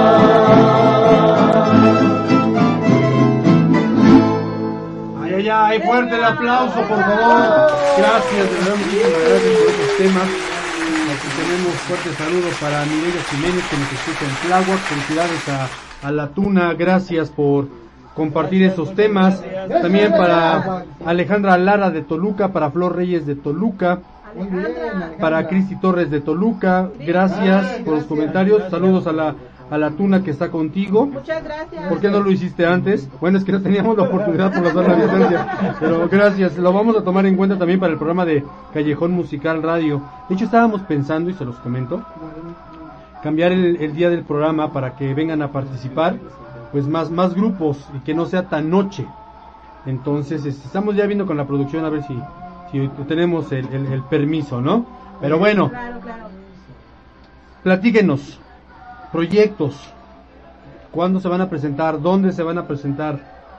A: Ay, ay, ay, fuerte el aplauso, por favor. Gracias, de verdad, muchísimas gracias por estos temas. Aquí tenemos fuertes saludos para Mireya Jiménez, que nos escucha en Tláhuac. Felicidades a, a la Tuna, gracias por compartir estos temas. También para Alejandra Lara de Toluca, para Flor Reyes de Toluca, para Cristi Torres de Toluca. Gracias por los comentarios. Saludos a la a la Tuna que está contigo.
E: Muchas gracias.
A: ¿Por qué no lo hiciste antes? Bueno, es que no teníamos la oportunidad por la sana distancia, pero gracias. Lo vamos a tomar en cuenta también para el programa de Callejón Musical Radio. De hecho, estábamos pensando, y se los comento, cambiar el, el día del programa para que vengan a participar pues más, más grupos y que no sea tan noche. Entonces, estamos ya viendo con la producción a ver si, si tenemos el, el, el permiso, ¿no? Pero bueno,
E: Claro, claro.
A: platíquenos. Proyectos, ¿cuándo se van a presentar? ¿Dónde se van a presentar?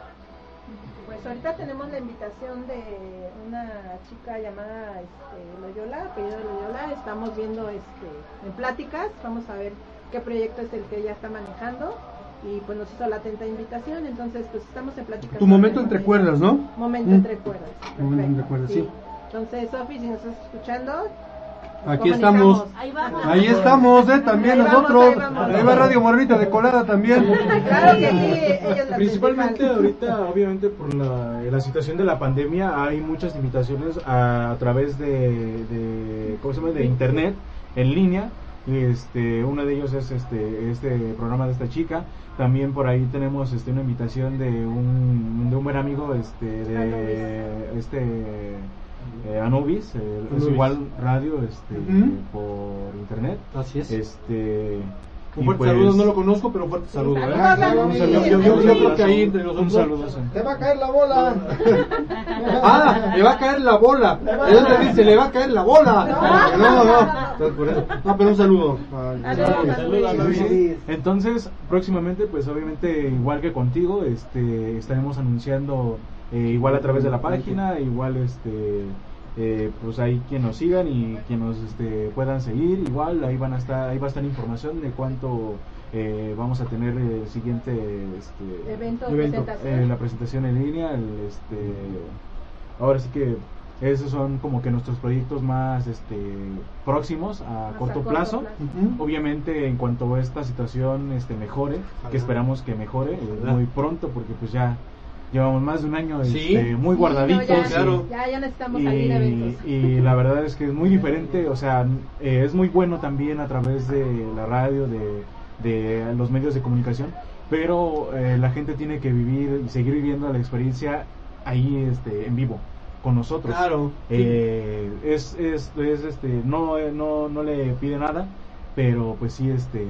E: Pues ahorita tenemos la invitación de una chica llamada este, Loyola, apellido Loyola. Estamos viendo este, en pláticas, vamos a ver qué proyecto es el que ella está manejando y pues nos hizo la atenta invitación, entonces pues estamos en pláticas.
A: Tu momento entre cuerdas, ¿no?
E: Momento
A: Mm.
E: entre cuerdas.
A: Tu momento entre cuerdas, sí.
E: Entonces, Sofi, si nos estás escuchando,
A: Aquí estamos.
F: Ahí vamos.
A: Ahí estamos, ¿eh? También
E: Ahí vamos,
A: nosotros.
E: ahí vamos.
A: Ahí va Radio Morenita de colada también.
E: Claro que sí, ellos la
B: Principalmente
E: principal.
B: ahorita, obviamente por la, la situación de la pandemia, hay muchas limitaciones a, a través de, de, ¿cómo se llama? De internet, en línea. Y este, uno de ellos es este, este programa de esta chica. También por ahí tenemos este, una invitación de un, de un buen amigo, este, de este eh, Anubis, eh, es
A: Anubis.
B: igual radio, este,
A: Ujú.
B: por internet.
A: Así es.
B: Este,
A: Un
B: y
A: fuerte
B: pues-
A: saludo, no lo conozco, pero fuerte saludo. ¿eh?
E: Saludos, saludos.
A: Un saludo. Yo, yo- yo creo que ahí entre nosotros.
B: Un saludo.
J: Te va a caer la bola.
A: Ah, le va a caer la bola. ¿De dónde dice? Le va a caer la bola. No, no. Entonces, por eso. No, pero un saludo.
B: Entonces, próximamente, pues obviamente, igual que contigo, este, estaremos anunciando eh, igual a través de la página, igual este, eh, pues ahí quien nos sigan y quien nos este, puedan seguir, igual ahí van a estar, ahí va a estar información de cuánto eh, vamos a tener el siguiente este,
E: Evento,
B: evento,
E: presentación.
B: eh, la presentación en línea, el, este, ahora sí que esos son como que nuestros proyectos más este, próximos a
E: Más a
B: corto
E: corto
B: plazo.
E: plazo.
A: Ujú.
B: Obviamente en cuanto a esta situación este, mejore, que esperamos que mejore eh,
A: Ojalá.
B: muy pronto, porque pues ya llevamos más de un año
A: Sí.
B: este, muy
E: Sí,
B: guardaditos.
E: no, ya,
B: y-
A: claro.
E: ya, ya necesitamos salir a
B: y,
E: eventos.
B: y la verdad es que es muy diferente, o sea, eh, es muy bueno también a través de la radio, de, de los medios de comunicación, pero eh, la gente tiene que vivir y seguir viviendo la experiencia ahí este, en vivo con nosotros.
A: Claro.
B: Eh, es, es, es, este, no, eh, no, no le pide nada, pero pues sí, este,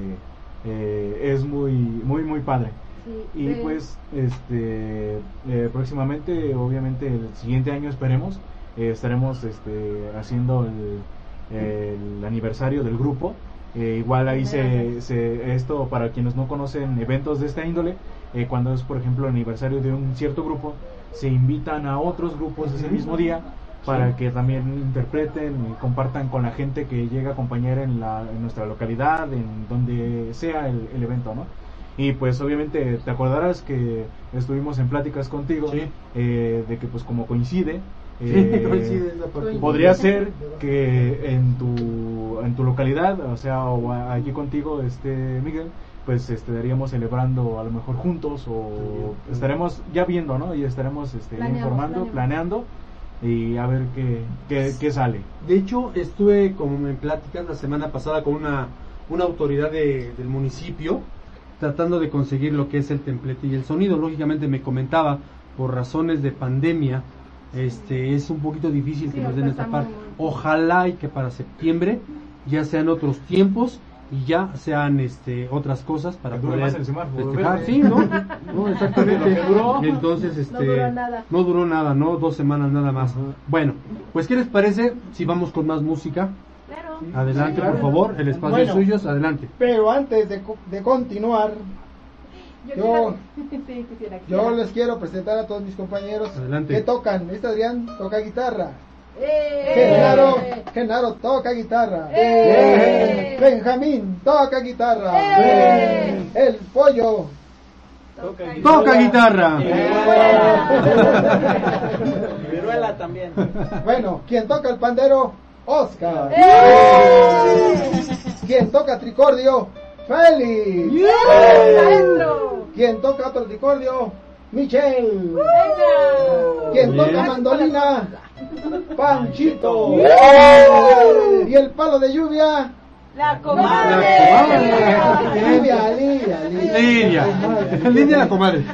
B: eh, es muy, muy, muy padre.
E: Sí,
B: Y
E: de-
B: pues, este, eh, próximamente, obviamente el siguiente año esperemos, eh, estaremos este, haciendo el, el aniversario del grupo. Eh, igual ahí se, se, esto para quienes no conocen eventos de esta índole, eh, cuando es por ejemplo el aniversario de un cierto grupo, se invitan a otros grupos ese mismo día para
A: Sí.
B: que también interpreten y compartan con la gente que llega a acompañar en, la, en nuestra localidad, en donde sea el, el evento, ¿no? Y pues obviamente te acordarás que estuvimos en pláticas contigo,
A: Sí.
B: eh, de que pues como coincide,
A: Sí,
B: eh,
A: coincide esa parte.
B: podría ser que en tu en tu localidad, o sea, o a- aquí contigo, este Miguel, pues estaríamos celebrando a lo mejor juntos o
A: También.
B: estaremos ya viendo, ¿no? Y estaremos este,
E: Planeamos,
B: informando,
E: planeamos.
B: planeando y a ver qué, qué, qué sale.
A: De hecho, estuve como en pláticas la semana pasada con una, una autoridad de- del municipio tratando de conseguir lo que es el templete y el sonido. Lógicamente me comentaba, por razones de pandemia, este es un poquito difícil que
E: Sí,
A: nos den
E: ahorita
A: esta parte.
E: estamos muy-
A: Ojalá y que para septiembre ya sean otros tiempos y ya sean este otras cosas para
B: Que dure
A: poder
B: más el semáforo
A: festejar.
B: verde.
A: Sí, ¿no? No, exactamente.
B: Lo que duró.
A: Entonces, este,
E: No duró nada.
A: no duró nada, ¿no? Dos semanas nada más. Bueno, pues ¿qué les parece si vamos con más música?
F: Claro.
A: Adelante,
J: Sí, claro.
A: por favor, el espacio
J: Bueno.
A: es suyo, adelante.
J: Pero antes de, co- de continuar, Yo,
E: sí, quisiera,
J: yo
E: quisiera.
J: les quiero presentar a todos mis compañeros
A: Adelante.
J: que tocan. Este Adrián toca guitarra.
E: ¡Eh!
J: Genaro, Genaro toca guitarra.
E: ¡Eh!
J: Benjamín toca guitarra.
E: ¡Eh!
J: El pollo
C: Toca
A: Toca guitarra.
C: Y viruela también.
J: Bueno, quien toca el pandero, Oscar.
E: ¡Eh!
J: Quien toca tricordio, Félix.
E: ¡Eh! ¡Maestro!
J: Quien toca otro tricordio, Michelle.
E: ¡Venga!
J: Quien
A: Bien.
J: toca mandolina, Panchito.
E: ¡Eh!
J: Y el palo de lluvia,
F: La
A: La
F: comadre.
A: comadre.
J: Lidia, Lidia, Lidia.
A: Lidia. Lidia la comadre.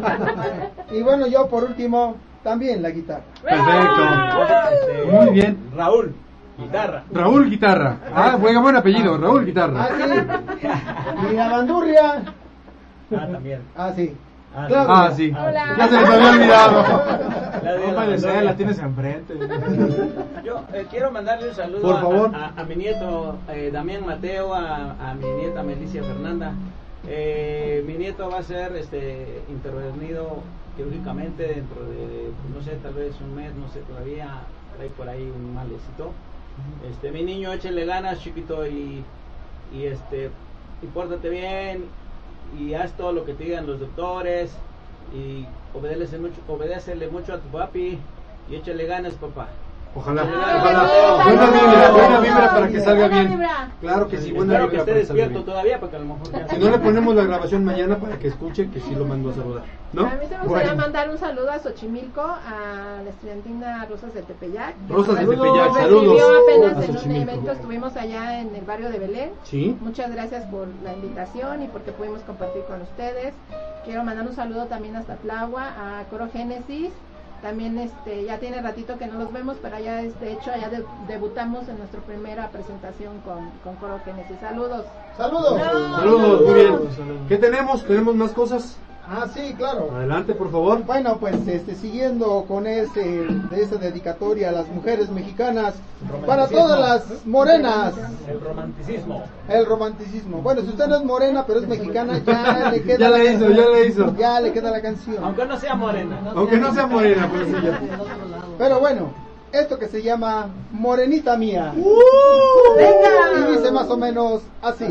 J: Y bueno, yo por último, también la guitarra.
A: Perfecto. Muy bien.
C: Raúl, guitarra.
A: Raúl Guitarra. Ah, buen, buen apellido, Raúl
J: Ah,
A: Guitarra.
J: sí. Y la bandurria.
C: Ah, también.
J: Ah, sí.
C: Ah,
J: Claudia.
A: Ah, sí.
E: Hola.
A: Ya se les había olvidado.
C: La de
B: No
C: la
B: puede ser,
C: bandurria.
B: la tienes enfrente.
C: Yo eh, quiero mandarle un saludo
A: Por
C: a-
A: favor.
C: A, a mi nieto eh, Damián Mateo, a, a mi nieta Melicia Fernanda. Eh, mi nieto va a ser este intervenido quirúrgicamente dentro de, no sé, tal vez un mes, no sé todavía, hay por ahí un malecito. Este, mi niño, échale ganas, chiquito, y, y este, y pórtate bien, y haz todo lo que te digan los doctores, y obedécele mucho, obedécele mucho a tu papi, y échale ganas, papá.
A: Ojalá,
E: Ay,
A: ojalá.
E: Dios,
A: Buena
E: Dios.
A: vibra, buena vibra para que salga
E: Buena
A: bien.
E: vibra.
A: Claro que sí, buena
C: Espero que
A: vibra
C: esté
A: para que salga
C: despierto
A: bien.
C: todavía, porque a lo mejor ya...
A: Si no le ponemos la grabación mañana para que escuche que sí lo mandó a saludar, ¿no?
E: A mí se me gustaría
A: Bueno.
E: mandar un saludo a Xochimilco, a la estudiantina Rosas del Tepeyac. que
A: Rosas del
E: nos
A: Tepeyac,
E: recibió
A: saludos.
E: apenas
A: A
E: en un
A: Xochimilco.
E: evento, estuvimos allá en el barrio de Belén.
A: Sí.
E: Muchas gracias por la invitación y porque pudimos compartir con ustedes. Quiero mandar un saludo también hasta Tlahua, a Coro Génesis. También este ya tiene ratito que no los vemos, pero ya es, de hecho allá de- debutamos en nuestra primera presentación con, con Coro Génesis. Saludos.
J: Saludos.
A: Saludos, muy bien. ¿Qué tenemos? ¿Tenemos más cosas?
J: Ah, sí, claro.
A: Adelante, por favor.
J: Bueno, pues este, siguiendo con ese, de esa dedicatoria a las mujeres mexicanas, para todas las morenas,
C: El romanticismo.
J: el romanticismo. Bueno, si usted no es morena, pero es mexicana, ya le queda
A: Ya
J: la
A: la hizo,
J: canción.
A: ya la hizo.
J: Ya le queda la canción.
C: Aunque no sea morena.
A: Aunque no sea morena, pero sí ya.
J: Pero bueno, esto que se llama Morenita Mía.
E: ¡Venga!
J: Y dice más o menos así.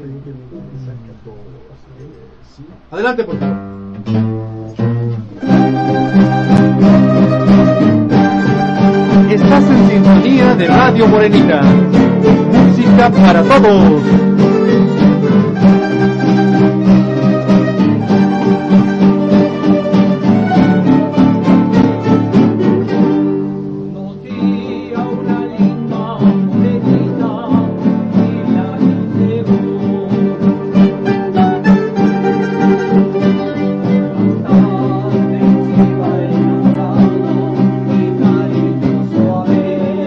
A: Adelante, por favor. Estás en sintonía de Radio Morenita. Música para todos.
M: Conocí a una linda morenita y la quise bastante iba enamorado y cariñoso a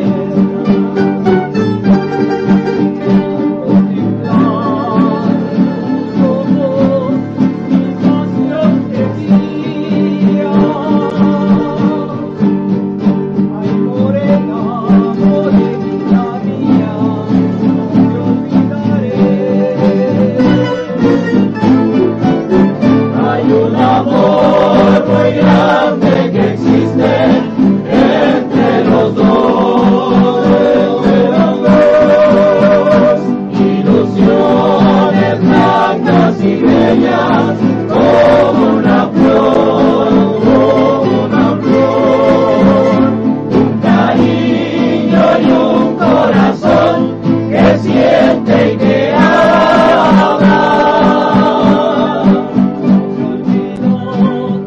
M: Hay un amor muy grande que existe entre los dos, entre los dos. Ilusiones blancas y bellas como una flor, como una flor. Un cariño y un corazón que siente y que ama.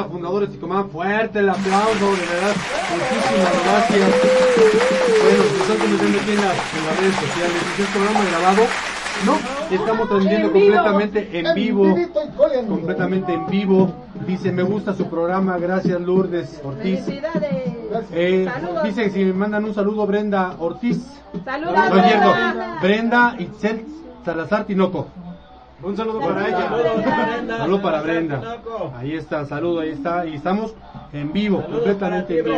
A: Tuna Fundadores Ticomán, fuerte el aplauso, de verdad, muchísimas gracias. Bueno, se están comentando aquí en las, en las redes sociales, ¿es el programa grabado? No, estamos transmitiendo completamente en vivo, completamente en vivo. Dice, me gusta su programa, gracias Lourdes Ortiz.
E: Felicidades.
A: Eh,
E: Saludos.
A: dice que si me mandan un saludo, Brenda Ortiz.
E: Saludos,
A: No es cierto,
E: Brenda.
A: Brenda Itzel Salazar Tinoco.
B: Un saludo para ella.
A: Saludo para Brenda. Ahí está, saludo, ahí está. Y estamos en vivo, completamente en vivo.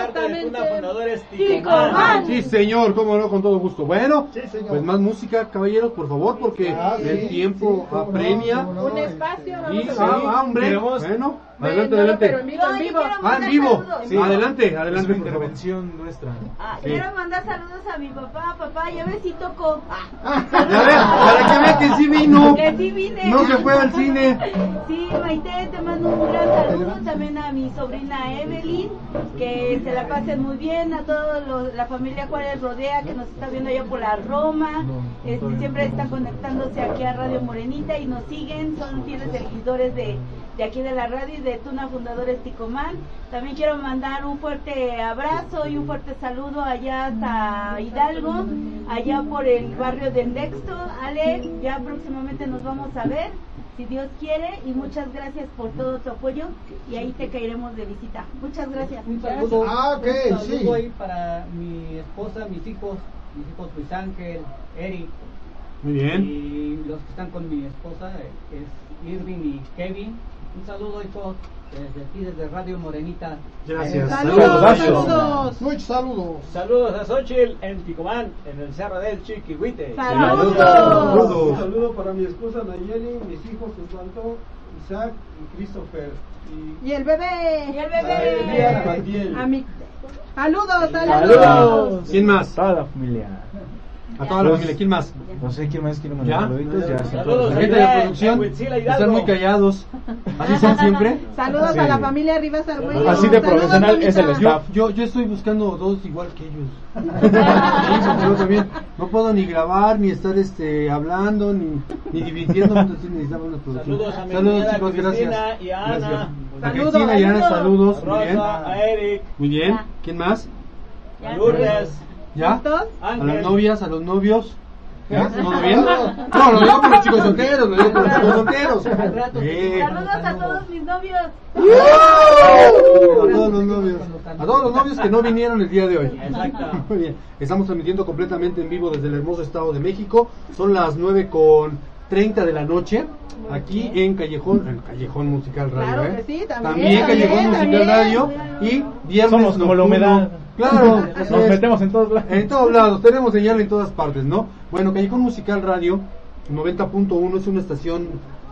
E: Ticomán.
A: Sí, señor, cómo no, con todo gusto. Bueno, pues más música, caballeros, por favor, porque
J: Ah, sí,
A: el tiempo
J: sí,
A: apremia.
E: Un espacio,
A: Y,
E: vamos a
A: ah,
E: ver.
A: ah, hombre,
B: Queremos-
A: bueno,
E: No,
A: adelante,
E: no,
A: adelante.
E: pero en vivo, en vivo.
A: Ah, en vivo.
F: Sí.
A: Adelante,
B: Es
A: adelante,
B: una
A: por favor.
B: intervención nuestra.
F: Ah,
A: Sí.
F: Quiero mandar saludos a mi papá. Papá, ya ves si toco. Ah.
A: Ya ve, para que vea que sí vino.
F: Que sí vine.
A: No se fue al cine.
F: Sí, Maite, te mando un gran saludo. También a mi sobrina Evelyn. Que se la pasen muy bien. A toda la familia Juárez Rodea que nos está viendo allá por la Roma. Este, siempre están conectándose aquí a Radio Morenita y nos siguen. Son fieles seguidores de, de aquí de la radio y de Tuna Fundadores Ticomán. También quiero mandar un fuerte abrazo y un fuerte saludo allá hasta Hidalgo, allá por el barrio del Nexto. Ale, ya próximamente nos vamos a ver, si Dios quiere, y muchas gracias por todo tu apoyo y ahí te caeremos de visita. Muchas gracias.
D: Un saludo,
J: Ah, ok,
D: un saludo
J: sí.
D: ahí para mi esposa, mis hijos, mis hijos Luis Ángel, Eric,
A: Muy bien.
D: y los que están con mi esposa eh, es Irving y Kevin. Un saludo, hijos, desde aquí, desde Radio Morenita.
A: Gracias.
E: Saludos, saludos.
J: Muchos saludos.
C: Saludos a Xochitl en Ticomán, en el Cerro del Chiquihuite.
E: Saludos.
A: Saludos.
H: Un saludo para mi esposa Nayeli, mis hijos Osvaldo, Isaac y Christopher. Y
E: Y el bebé.
F: Y el
H: Elías
F: bebé.
H: Matiel.
E: A mi... Saludos, saludos.
A: ¿Quién más?
P: Toda la familia.
A: A toda la familia. ¿Quién más?
P: No sé quién más quiere mandar
A: ¿Ya?
P: saluditos. Ya, sí,
C: Saludos.
A: La gente de la producción están muy callados. ¿Así son siempre?
E: Saludos
P: Sí.
E: a la familia Rivas Argüello.
P: Así de
E: Saludos,
P: profesional es el
E: Lupita.
P: staff.
A: Yo, yo estoy buscando dos igual que ellos. Sí, porque yo también no puedo ni grabar, ni estar este hablando, ni, ni divirtiéndome, entonces necesitamos una producción.
C: Saludos a mi
A: Saludos,
C: cuñada
A: chicos,
C: Cristina
A: gracias.
C: y a Ana.
A: Gracias. A
E: Saludos,
A: Cristina y a Ana,
E: saludos.
A: saludos. Muy bien.
C: Rosa, a Eric,
A: Muy bien.
F: Ya.
A: ¿Quién más?
C: a Lourdes,
A: ¿Ya?
E: ¿Listos?
A: A las
C: Ángel.
A: novias, a los novios. ¿Ya? ¿Todo bien? No, lo digo por los chicos solteros, lo digo por los chicos solteros. Eh,
F: Saludos a todos mis novios.
A: A todos los novios. A todos los novios que no vinieron el día de hoy.
C: Exacto.
A: Muy bien. Estamos transmitiendo completamente en vivo desde el hermoso estado de México. Son las nueve con treinta de la noche. Aquí en Callejón, en Callejón Musical Radio.
E: Claro
A: ¿eh?
E: que sí, también,
A: También
E: también,
A: Callejón Musical
E: también.
A: Radio. Y viernes
P: Somos como la
A: nocturno.
P: humedad.
A: Claro, así
P: Nos
A: es.
P: metemos en todos lados.
A: En todos lados, tenemos señal en todas partes, ¿no? Bueno, Callejón Musical Radio noventa punto uno es una estación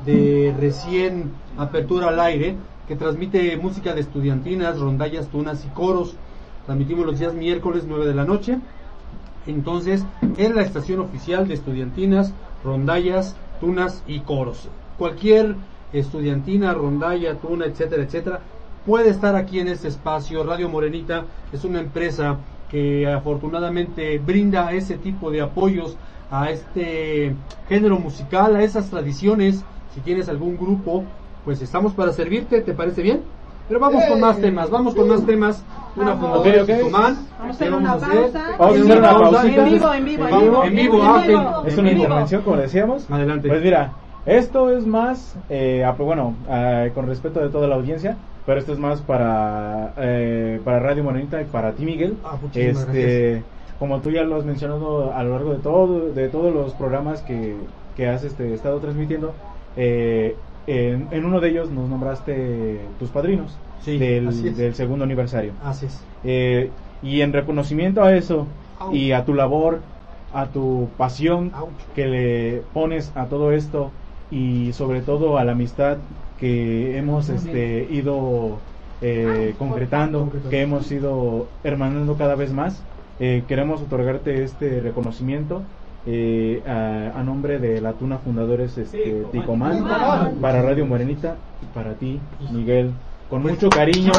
A: de recién apertura al aire que transmite música de estudiantinas, rondallas, tunas y coros. Transmitimos los días miércoles nueve de la noche. Entonces, es la estación oficial de estudiantinas, rondallas, tunas y coros. Cualquier estudiantina, rondalla, tuna, etcétera, etcétera, puede estar aquí en este espacio. Radio Morenita es una empresa que afortunadamente brinda ese tipo de apoyos a este género musical, a esas tradiciones. Si tienes algún grupo, pues estamos para servirte, ¿te parece bien? Pero vamos con más temas, vamos con más temas. Una
E: Vamos.
A: fundadora
P: Ok, ok.
A: de Ticomán.
E: Vamos a
A: ¿Qué
E: hacer
A: vamos
E: una
A: a hacer?
E: pausa.
P: Vamos a hacer una pausita.
E: En vivo, en vivo, en
A: En
E: vivo.
A: en vivo, ah,
E: En
A: ok.
P: Es
E: En
P: una
E: vivo.
P: intervención, como decíamos.
A: Adelante.
P: Pues mira, esto es más, eh, ah, pues bueno, ah, con respeto de toda la audiencia, pero esto es más para eh, para Radio Morenita y para ti, Miguel.
A: Ah, muchísimas
P: este, como tú ya lo has mencionado a lo largo de todo de todos los programas que, que has este, estado transmitiendo, eh, en, en uno de ellos nos nombraste tus padrinos
A: Sí,
P: del,
A: así es.
P: del segundo aniversario.
A: Así es.
P: Eh, y en reconocimiento a eso
A: Au.
P: y a tu labor, a tu pasión
A: Au.
P: que le pones a todo esto y sobre todo a la amistad que hemos este, ido eh, concretando,
A: Concretando.
P: que hemos ido hermanando cada vez más, eh, queremos otorgarte este reconocimiento eh, a, a nombre de la Tuna Fundadores este, Ticomán, para Radio Morenita y para ti, Miguel, con mucho cariño.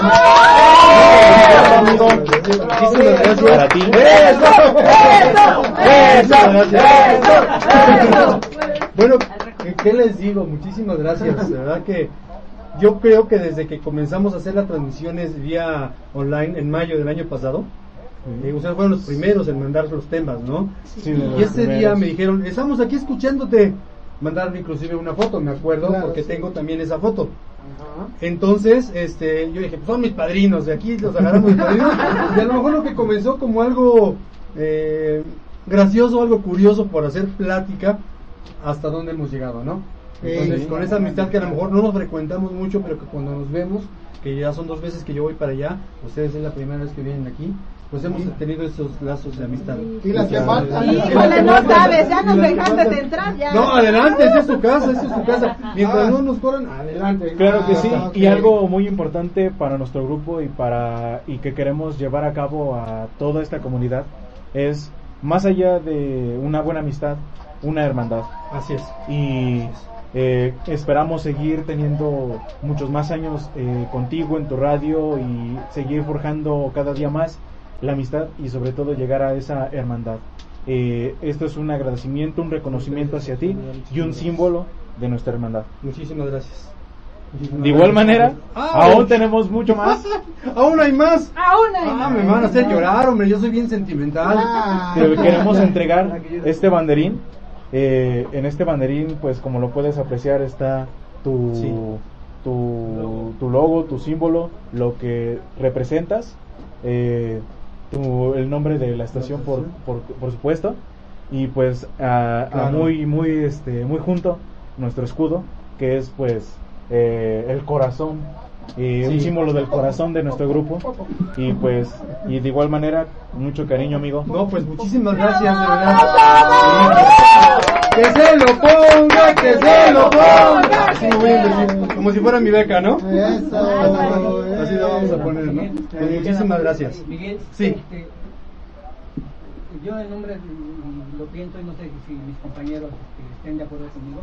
A: Muchísimas gracias.
P: Para ti.
A: Bueno, ¿qué- ¿qué les digo? Muchísimas gracias. De verdad que yo creo que desde que comenzamos a hacer las transmisiones vía online en mayo del año pasado, eh, ustedes fueron los primeros en mandar los temas, ¿no?
P: Sí,
A: y ese primeros. día me dijeron, estamos aquí escuchándote. Mandaron inclusive una foto, me acuerdo, claro, porque sí. tengo también esa foto. Ajá. Entonces, este, yo dije, pues son mis padrinos, de aquí los agarramos mis padrinos. Y a lo mejor lo que comenzó como algo eh, gracioso, algo curioso por hacer plática, hasta dónde hemos llegado, ¿no? Entonces, sí, con esa amistad que a lo mejor no nos frecuentamos mucho, pero que cuando nos vemos, que ya son dos veces que yo voy para allá, ustedes es la primera vez que vienen aquí, pues hemos sí. tenido esos lazos de amistad.
J: Y las que faltan.
E: Híjole, no sabes, ya nos dejaste de entrar. Ya.
A: No, adelante, esa es su casa, esa es su casa. Mientras ah. no nos corran, adelante.
P: Claro que sí, okay. Y algo muy importante para nuestro grupo y para y que queremos llevar a cabo a toda esta comunidad es, más allá de una buena amistad, una hermandad.
A: Así es.
P: Y eh, esperamos seguir teniendo muchos más años eh, contigo en tu radio y seguir forjando cada día más la amistad y sobre todo llegar a esa hermandad. Eh, esto es un agradecimiento, un reconocimiento hacia ti y un símbolo de nuestra hermandad.
A: Muchísimas gracias. Muchísimas
P: de igual
A: gracias.
P: manera, ah, aún bueno. tenemos mucho más.
A: Aún hay más.
E: Aún hay
A: ah,
E: más.
A: Me van a hacer llorar, hombre, yo soy bien sentimental.
P: Ah. Te queremos entregar este banderín. Eh, en este banderín, pues como lo puedes apreciar, está tu, sí. tu, tu logo, tu símbolo, lo que representas. Eh, Tu, el nombre de la estación por, por, por supuesto, y pues a, claro. a muy muy este muy junto nuestro escudo, que es pues eh, el corazón, eh, sí. un símbolo del corazón de nuestro grupo, y pues y de igual manera mucho cariño, amigo.
A: No, pues muchísimas gracias, de verdad. Que se lo ponga, que se lo ponga. Así voy a decir, como si fuera mi beca, ¿no?
J: Eso.
A: Así lo vamos a poner, ¿no? Pues muchísimas gracias.
D: Miguel,
A: sí.
D: Este, yo en nombre lo pienso y no sé si mis compañeros este, estén de acuerdo conmigo.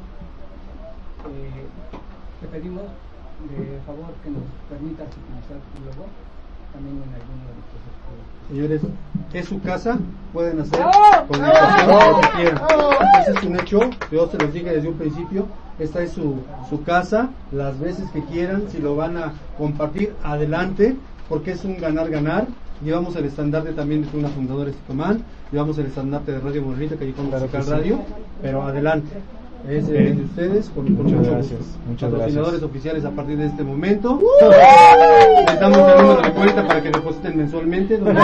D: Eh, te pedimos de favor que nos permitas utilizar tu logo también en alguno de nuestros escudos.
A: Señores, es su casa, pueden hacer ¡Oh! con el ¡Oh! que quieran. ¡Oh! Ese es un hecho, yo se los dije desde un principio, esta es su, su casa, las veces que quieran, si lo van a compartir, adelante, porque es un ganar-ganar. Llevamos el estandarte también de una fundadora de Ticomán, llevamos el estandarte de Radio Morrita, que con claro Local Radio, pero adelante. Es de okay. ustedes, con muchas mucho gracias, gusto. Muchas patrocinadores gracias. Oficiales a partir de este momento. Les damos el número de cuenta para que depositen mensualmente. Donde...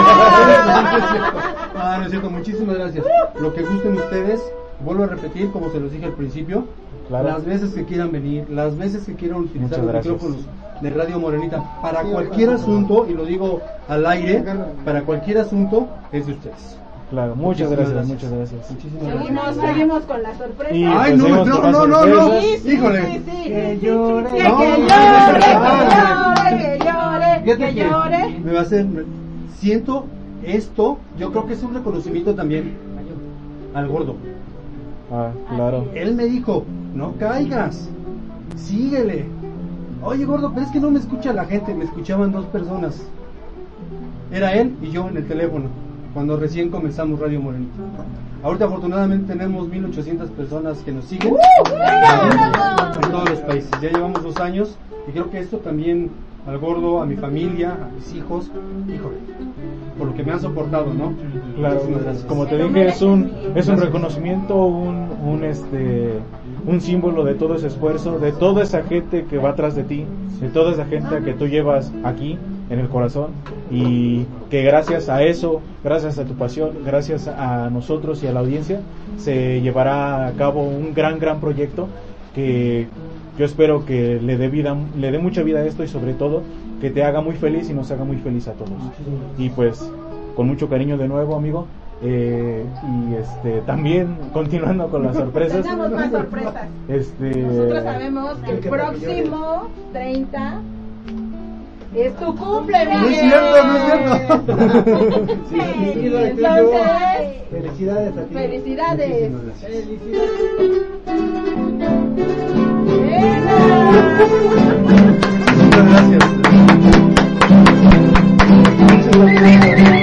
A: ah, no es cierto, muchísimas gracias. Lo que gusten ustedes, vuelvo a repetir, como se los dije al principio, claro. las veces que quieran venir, las veces que quieran utilizar los micrófonos de Radio Morenita para cualquier asunto, y lo digo al aire, para cualquier asunto, es de ustedes.
P: Claro, muchas gracias, gracias, muchas gracias.
E: Muchísimas seguimos, gracias. Seguimos con la sorpresa.
A: Y Ay, no, no, no, no, no, no, sí, sí, híjole.
E: Sí, sí,
A: que
E: sí,
A: llore,
E: sí, no, que llore, que llore, que llore, que llore.
A: Me va a hacer, siento esto, yo creo que es un reconocimiento también al gordo.
P: Ah, claro.
A: Él me dijo, no caigas, síguele. Oye, gordo, pero es que no me escucha la gente, me escuchaban dos personas. Era él y yo en el teléfono, cuando recién comenzamos Radio Morenita. Ahorita afortunadamente tenemos mil ochocientas personas que nos siguen uh, en todos los países. Ya llevamos dos años y creo que esto también al gordo, a mi familia, a mis hijos, híjole, por lo que me han soportado, ¿no?
P: Claro, como te dije, es un es un reconocimiento, un un este un símbolo de todo ese esfuerzo, de toda esa gente que va atrás de ti, de toda esa gente que tú llevas aquí en el corazón, y que gracias a eso, gracias a tu pasión, gracias a nosotros y a la audiencia, se llevará a cabo un gran gran proyecto que yo espero que le dé vida, le dé mucha vida a esto, y sobre todo que te haga muy feliz y nos haga muy feliz a todos. Y pues con mucho cariño de nuevo, amigo. Eh, y este también continuando con las sorpresas.
E: Tenemos más sorpresas.
P: Este,
E: Nosotros sabemos que el próximo treinta es tu cumple, Miguel.
A: No es cierto, no es cierto.
E: Sí, entonces,
I: felicidades a ti.
E: Felicidades.
A: Muchas gracias. Muchas gracias.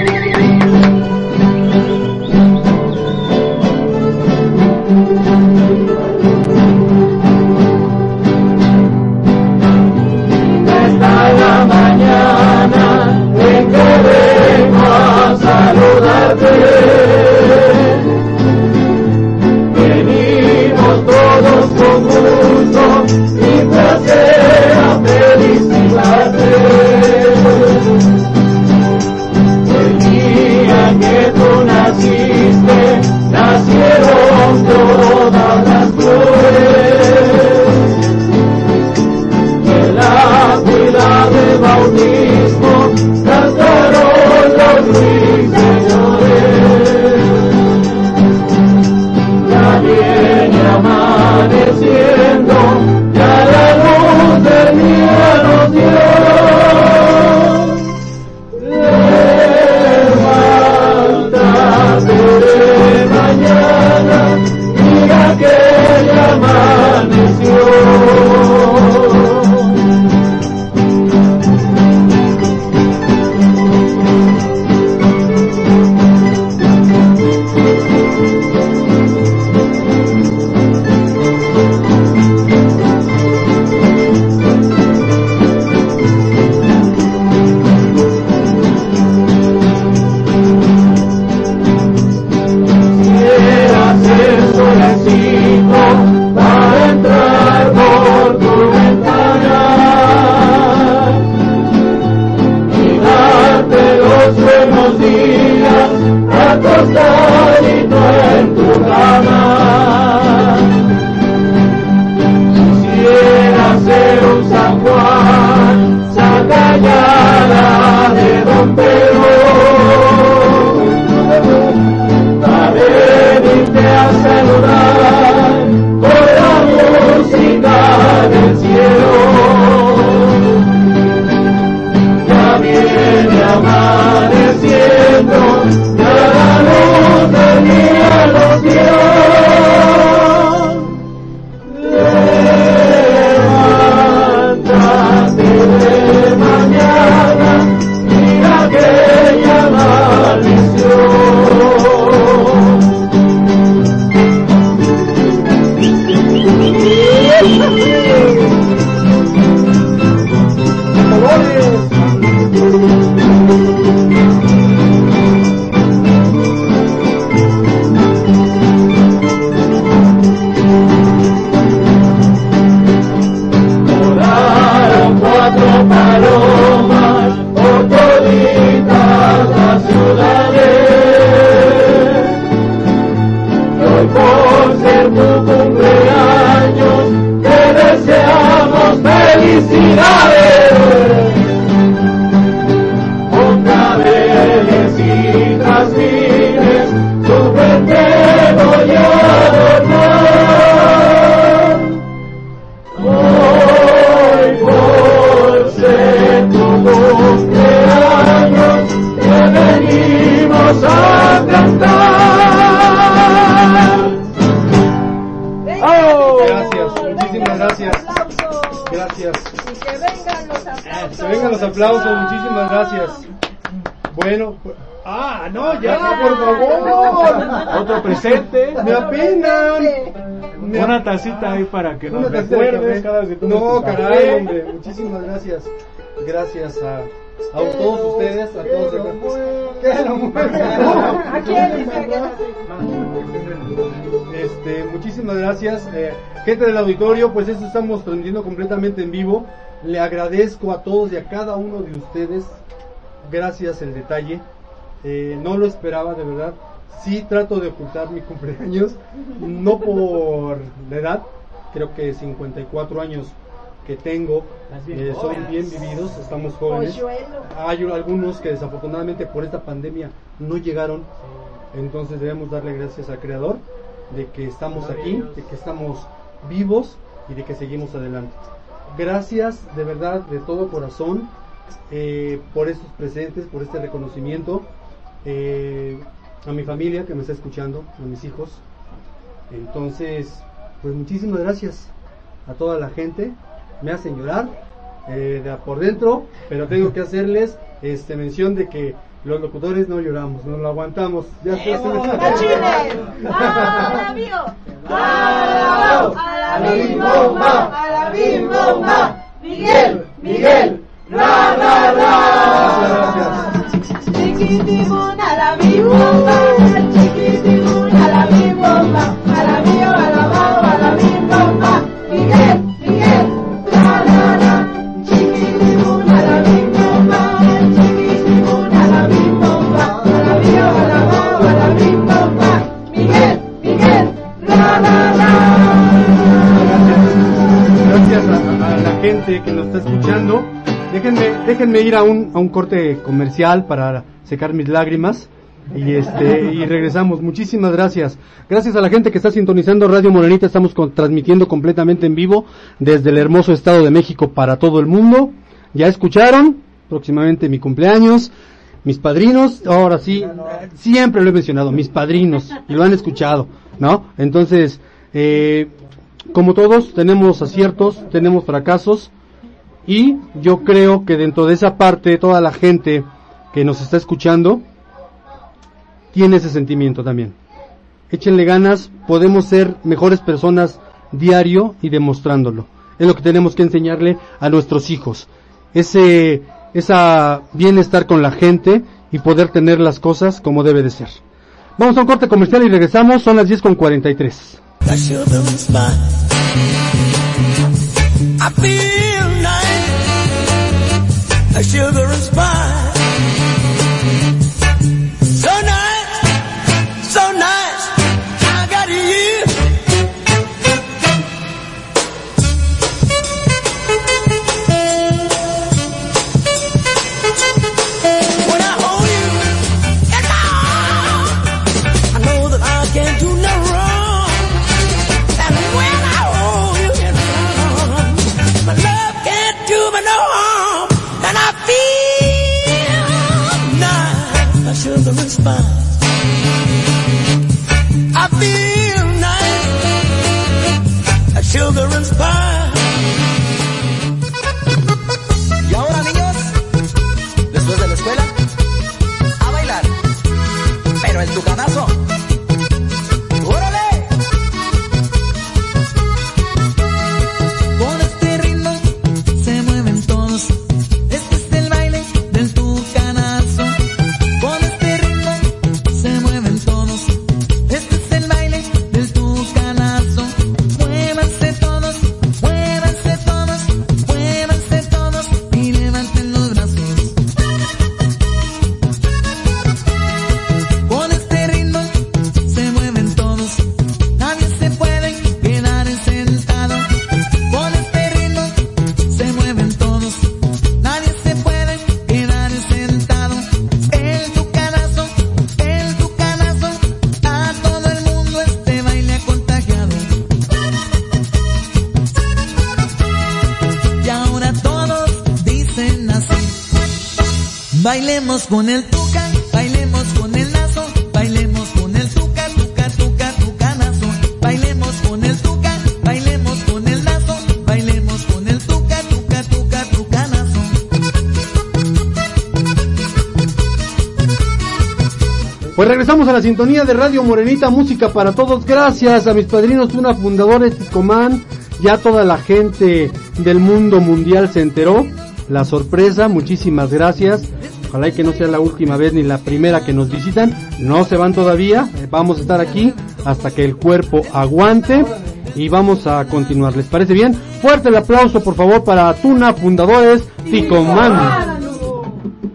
M: felicidades. Otra vez y tras fines, tu frente voy a adornar. Hoy por ser tu cumpleaños, te venimos a cantar.
A: Gracias, muchísimas gracias. Gracias.
E: Y que vengan los aplausos.
A: Que vengan los aplausos, muchísimas gracias. Bueno, pues, ah, no, ya, por favor.
P: Otro presente.
A: Me apenan. Me
P: Una tacita ahí para que nos
A: Una tacita de
P: recuerdes
A: café.
P: cada vez que tomes
A: No,
P: tu
A: caray,
P: café.
A: hombre, muchísimas gracias. Gracias a, a todos ustedes, a todos. Que lo mueva.
E: ¿A quién dice que
A: Este, muchísimas gracias, eh, gente del auditorio, pues eso estamos transmitiendo completamente en vivo. Le agradezco a todos y a cada uno de ustedes. Gracias el detalle. Eh, no lo esperaba, de verdad. Sí trato de ocultar mi cumpleaños, no por la edad, creo que cincuenta y cuatro años que tengo, eh, son bien vividos, estamos jóvenes. Hay algunos que desafortunadamente por esta pandemia no llegaron, entonces debemos darle gracias al Creador de que estamos aquí, de que estamos vivos y de que seguimos adelante. Gracias de verdad, de todo corazón, eh, por estos presentes, por este reconocimiento, eh, a mi familia que me está escuchando, a mis hijos. Entonces, pues muchísimas gracias a toda la gente. Me hacen llorar eh, de por dentro, pero tengo que hacerles este mención de que los locutores no lloramos, no lo aguantamos. Ya está.
M: ¡A la bimbomba! ¡A la bimbomba! ¡Miguel! ¡Miguel! ¡Ra, ra, ra! Chiquitibuna la bimbomba, chiquitibuna la bimbomba, a la bio, a la bao, a la bimbomba. Miguel, Miguel, ra, ra, ra. Chiquitibuna la bimbomba, chiquitibuna la bimbomba, a la bio, a la bao, a la bimbomba. Miguel, Miguel, ra, ra, ra.
A: Gracias a, a la gente que nos está escuchando. Déjenme, déjenme ir a un, a un corte comercial para secar mis lágrimas y este y regresamos. Muchísimas gracias. Gracias a la gente que está sintonizando Radio Morenita. Estamos con, transmitiendo completamente en vivo desde el hermoso Estado de México para todo el mundo. Ya escucharon próximamente mi cumpleaños, mis padrinos. Ahora sí, siempre lo he mencionado, mis padrinos, y lo han escuchado, ¿no? Entonces, eh, como todos, tenemos aciertos, tenemos fracasos. Y yo creo que dentro de esa parte, toda la gente que nos está escuchando tiene ese sentimiento también. Échenle ganas, podemos ser mejores personas diario y demostrándolo. Es lo que tenemos que enseñarle a nuestros hijos. Ese, esa bienestar con la gente y poder tener las cosas como debe de ser. Vamos a un corte comercial y regresamos, son las diez con cuarenta y tres.
M: I feel nice, like sugar and spice. So nice, so nice, I got you. When I hold you, and I know that I can't do no wrong. And when I hold you,
Q: Bailemos con el tuca, bailemos con el lazo, bailemos con el tuca, tuca, tuca, tucanazo. Bailemos con el tuca, bailemos con el lazo, bailemos con el tuca, tuca, tuca, tucanazo.
A: Pues regresamos a la sintonía de Radio Morenita, música para todos. Gracias a mis padrinos Tuna, fundadores de Ticomán. Ya toda la gente del mundo mundial se enteró. La sorpresa, muchísimas gracias. Ojalá y que no sea la última vez ni la primera que nos visitan. No se van todavía, vamos a estar aquí hasta que el cuerpo aguante y vamos a continuar. ¿Les parece bien? Fuerte el aplauso, por favor, para Tuna, fundadores Ticomán.
P: Bueno,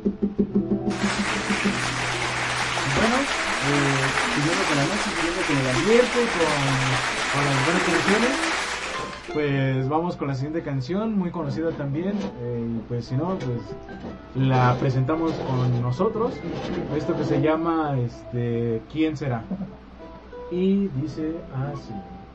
P: eh, siguiendo con la noche, siguiendo con el ambiente, con, con las buenas canciones, pues vamos con la siguiente canción, muy conocida también, eh, y pues si no, pues la presentamos con nosotros, esto que se llama, este, ¿Quién será? Y dice así.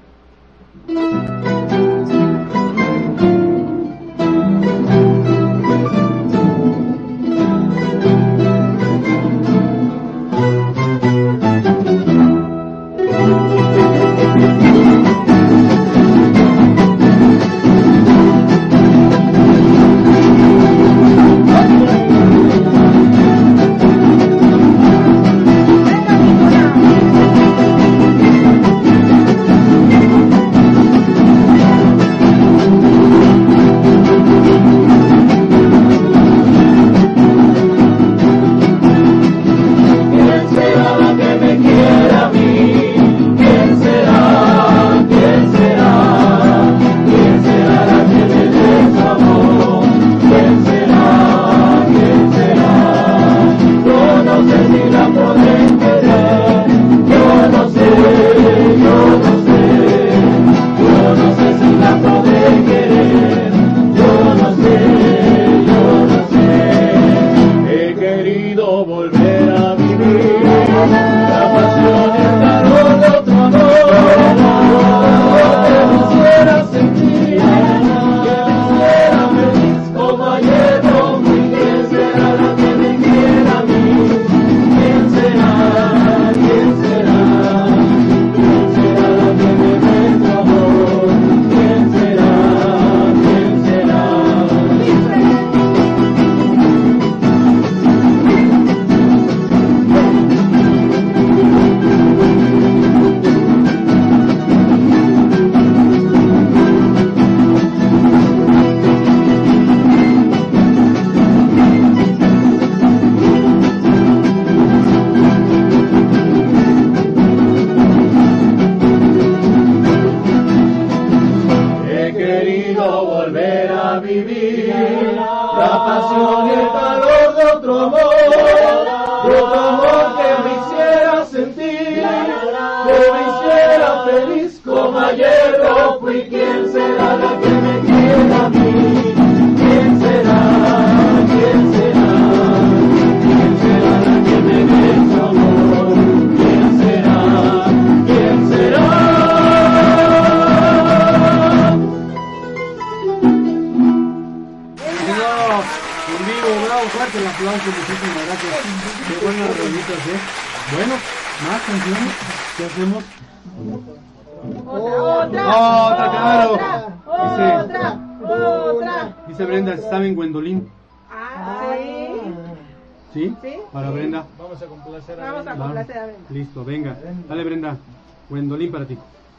A: Listo, venga. Dale, Brenda. Gwendolyn para ti.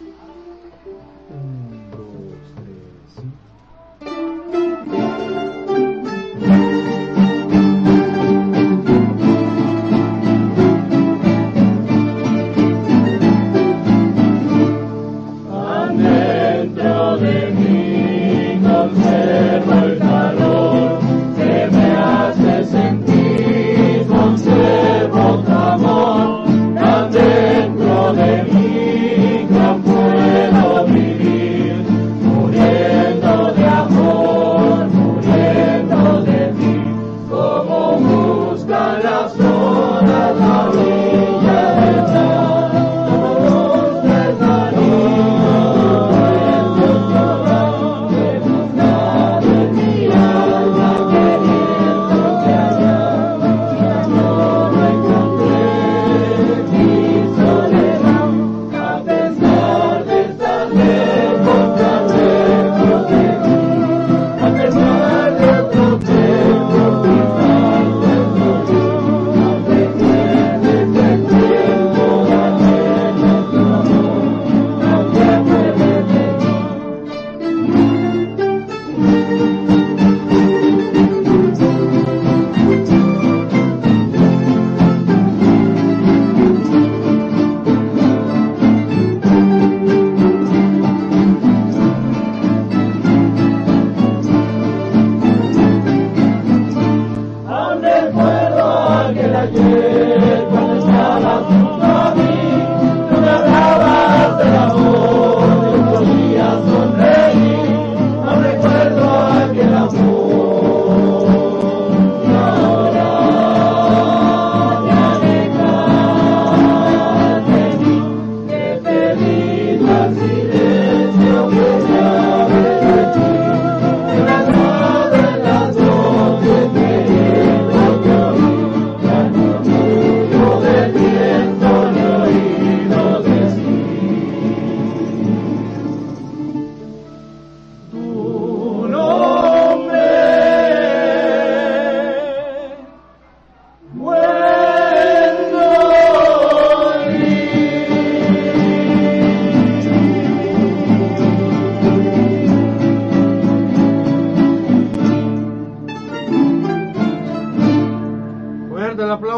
P: Un, dos, tres,
M: Adentro de mí conservo el calor que me hace sentir, conservo tu amor. Dentro de mí,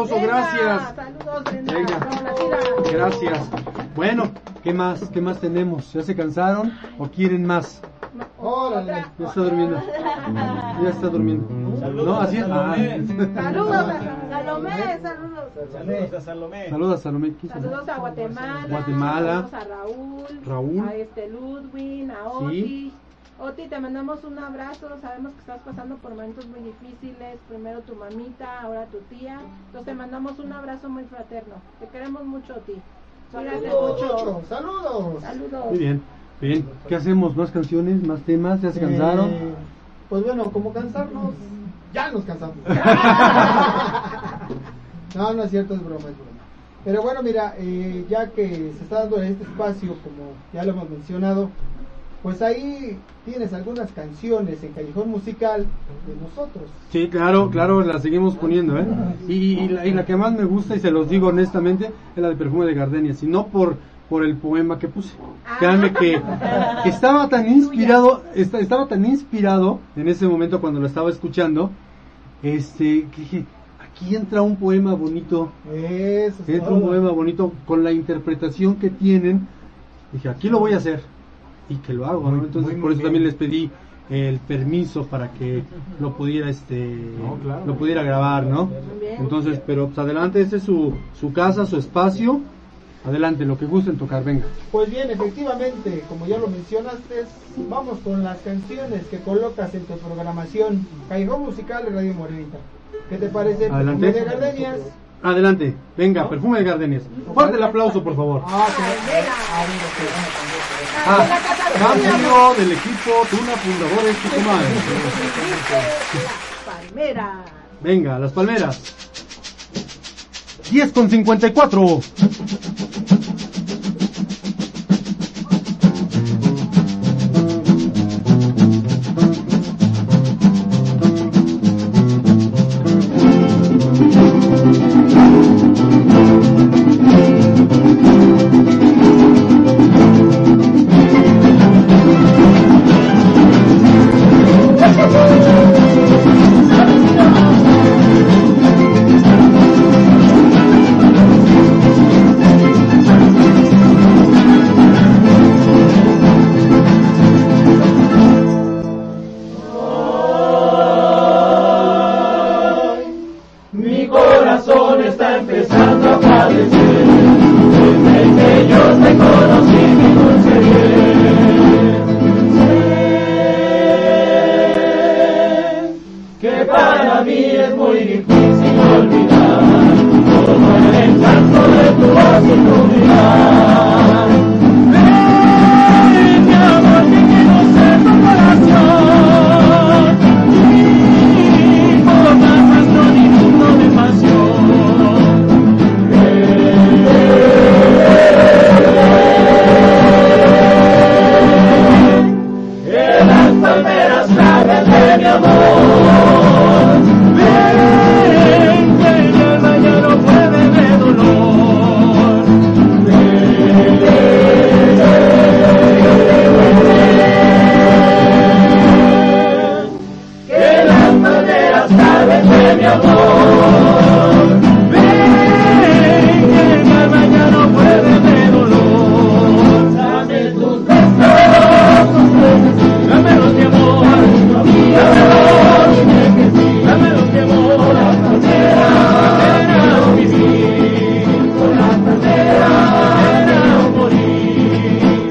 A: aplauso,
E: Venga,
A: gracias.
E: Saludos, Brenda.
A: Venga.
E: Hola, tira.
A: Gracias. Bueno, ¿qué más? ¿Qué más tenemos? ¿Ya se cansaron o quieren más?
J: Órale,
A: Ya está durmiendo. Ya está durmiendo. ¿No? Así es. Ah.
E: Saludos a Salomé, saludos.
C: Saludos a Salomé.
A: Saludos a Salomé. ¿Quién es?
E: Saludos a Guatemala.
A: Guatemala.
E: Saludos a Raúl.
A: Raúl.
E: A este Ludwin, a Oti.
A: Sí.
E: Oti, te mandamos un abrazo. Sabemos que estás pasando por momentos muy difíciles. Primero tu mamita, ahora tu tía. Entonces te mandamos un abrazo muy fraterno. Te queremos mucho, Oti. Cuídate mucho.
J: Saludos.
E: Saludos.
A: Muy bien. Bien. ¿Qué hacemos? ¿Más canciones? ¿Más temas? ¿Ya se cansaron?
J: Eh, pues bueno, como cansarnos, ya nos cansamos. No, no es cierto, es broma, es broma. Pero bueno, mira, eh, ya que se está dando este espacio, como ya lo hemos mencionado, pues ahí tienes algunas canciones en Callejón Musical de nosotros.
A: Sí, claro, claro, la seguimos poniendo, ¿eh? Y, y, la, y la que más me gusta, y se los digo honestamente, es la de Perfume de Gardenias, y no por, por el poema que puse. Créanme que estaba tan inspirado, esta, estaba tan inspirado en ese momento cuando lo estaba escuchando, este, que dije, aquí entra un poema bonito,
J: Eso es
A: entra
J: todo.
A: un poema bonito con la interpretación que tienen. Dije, aquí lo voy a hacer, y que lo hago, ¿no? Entonces
P: muy, muy
A: por eso
P: bien.
A: también les pedí el permiso para que lo pudiera este
P: No, claro.
A: lo pudiera grabar, ¿no?
E: Bien.
A: Entonces, pero pues adelante, ese es su, su casa, su espacio, adelante, lo que gusten tocar, venga.
J: Pues bien, efectivamente, como ya lo mencionaste, vamos con las canciones que colocas en tu programación Callejón Musical de Radio Morenita. ¿Qué te parece?
A: Adelante.
J: Perfume de Gardenias.
A: Adelante, venga, Perfume de Gardenias. Fuerte el aplauso, por favor.
J: Ah, que- ah, mira, que-
A: Ah, cambio del equipo Tuna Fundadores Tucumán.
E: Palmera.
A: Venga, las palmeras. diez con cincuenta y cuatro.
M: Mi corazón está empezando a padecer, desde que yo te conocí, mi dulce bien. Sé que para mí es muy difícil olvidar todo el encanto de tu voz y tu mirar. Ven, mi amor, que quiero ser tu corazón, y por más pasión y mundo de pasión. Que las palmeras claves de mi amor, ven, que mi alma ya no puede de dolor. Que las palmeras claves de mi amor, ven, que mi alma ya no puede de dolor. Dame tus besos, dámelos de amor, dámelos, dime que sí, dámelos de amor, la palmera, palmera o vivir, con la palmera, palmera o morir.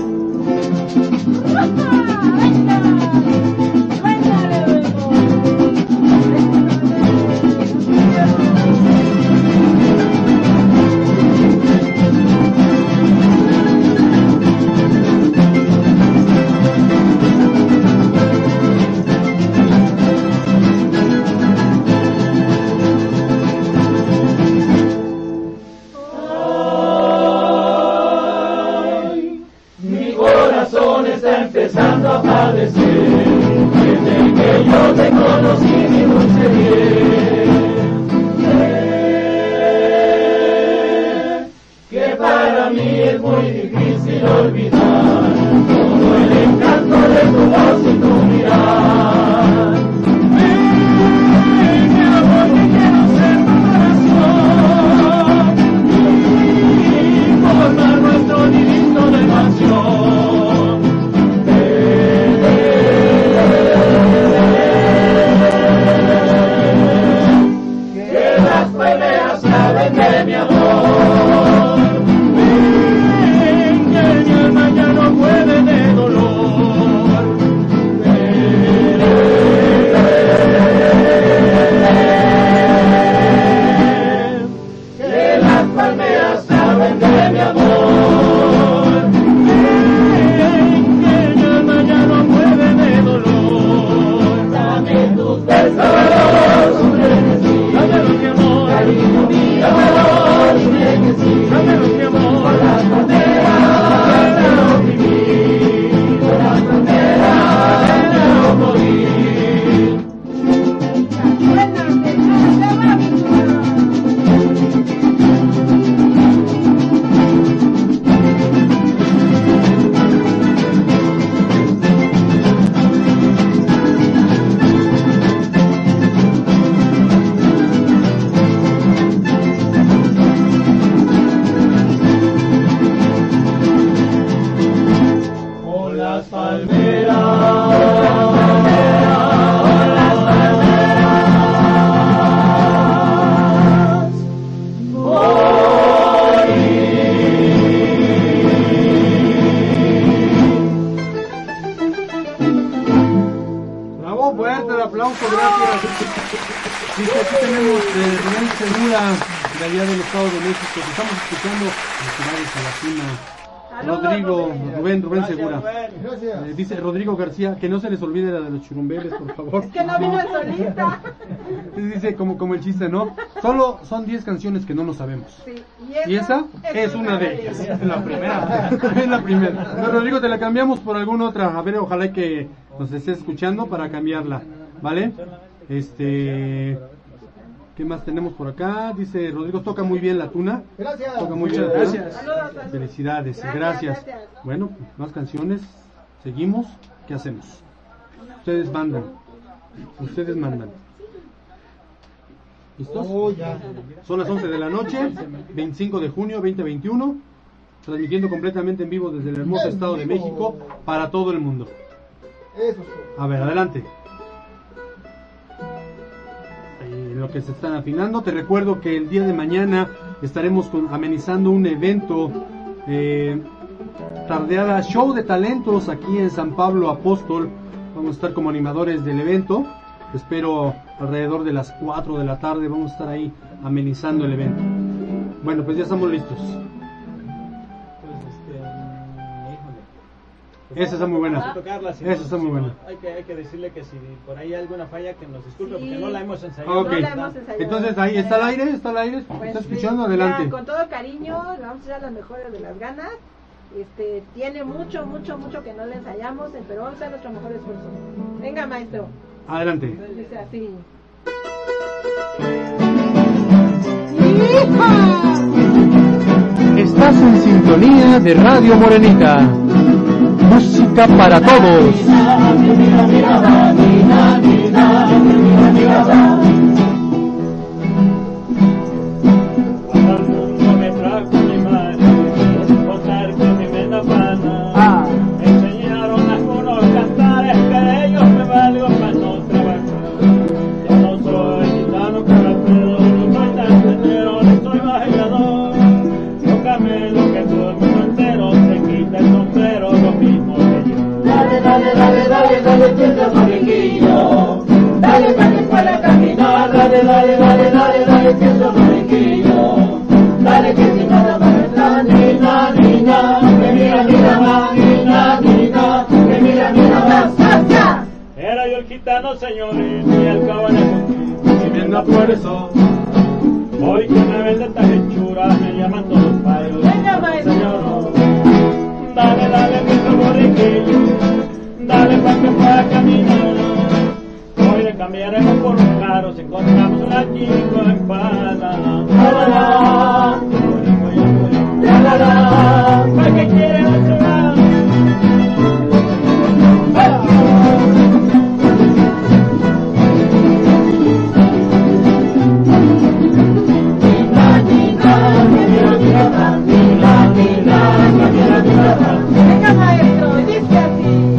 A: fuerte el aplauso, gracias. Dice, aquí tenemos eh, Rubén Segura, de allá del Estado de México, que estamos escuchando Felicidades a la Tuna. Rodrigo, Rubén, Rubén
J: Gracias,
A: Segura.
J: Rubén. Gracias.
A: Eh, dice Rodrigo García, que no se les olvide la de los churumbeles, por favor.
E: Es que no vino el solista.
A: Dice como, como el chiste, ¿no? Solo son diez canciones que no nos sabemos.
E: Sí.
A: Y esa es una de ellas. Es la primera. Es la primera. No, Rodrigo, te la cambiamos por alguna otra. A ver, ojalá que nos estés escuchando para cambiarla. ¿Vale? Este... ¿Qué más tenemos por acá? Dice Rodrigo, toca muy bien la tuna.
J: Gracias.
A: Toca muy bien.
J: Gracias.
A: Felicidades,
E: Gracias,
A: gracias.
E: gracias.
A: Bueno, más canciones. Seguimos. ¿Qué hacemos? Ustedes mandan. Ustedes mandan. ¿Listos?
J: Oh, ya.
A: Son las once de la noche, veinticinco de junio veinte veintiuno, transmitiendo completamente en vivo desde el hermoso Estado de México para todo el mundo.
J: Eso es.
A: A ver, adelante. En lo que se están afinando, te recuerdo que el día de mañana estaremos con, amenizando un evento, eh, tardeada show de talentos aquí en San Pablo Apóstol. Vamos a estar como animadores del evento. Espero alrededor de las cuatro de la tarde vamos a estar ahí amenizando el evento. Bueno, pues ya estamos listos. Esa está muy buena.
C: Tocarla, si
A: Esa
C: no,
A: está muy
C: si
A: buena.
C: no, hay, que, hay que decirle que si por ahí hay alguna falla que nos disculpe,
E: Sí.
C: porque no la hemos ensayado.
A: Ok.
E: No la hemos ensayado.
A: Entonces ahí está al aire, está al aire,
E: Pues
A: está
E: sí,
A: escuchando, adelante.
E: ya, con todo cariño, le vamos a echar las mejores de las ganas. Este, tiene mucho, mucho, mucho que no le ensayamos, eh, pero vamos a hacer nuestro mejor esfuerzo. Venga, maestro.
A: Adelante.
E: Dice así.
A: Estás en sintonía de Radio Morenita. Música para todos.
M: Ah. Enseñaron algunos cantares que ellos me valgo para no trabajar. Yo no soy gitano carapero, no soy danzanero, no soy bailador. Tócame lo que todo el mundo entero se quita el sombrero, lo mismo que yo. Dale, dale, dale, dale, dale, chiste mariquillo. Dale para que pueda caminar, dale, dale, dale, dale, dale, chiste mariquillo. Dale que si nada va a estar, nina, nina, que mira, mira más, nina, nina, que mira, mira más, ¡ya! Era yo el gitano, señores, y el caballo si bien no esfuerzo. Hoy que me ven de estas hechuras, me llaman todos payos.
E: Venga, maestro.
M: Señor, dale, dale, mi borriquillo, dale para que pueda caminar. Hoy le cambiaremos por un carro si encontramos una chica en pala. La la la, la la la, ¿para qué quiere la ciudad?
E: Venga, maestro, dice así.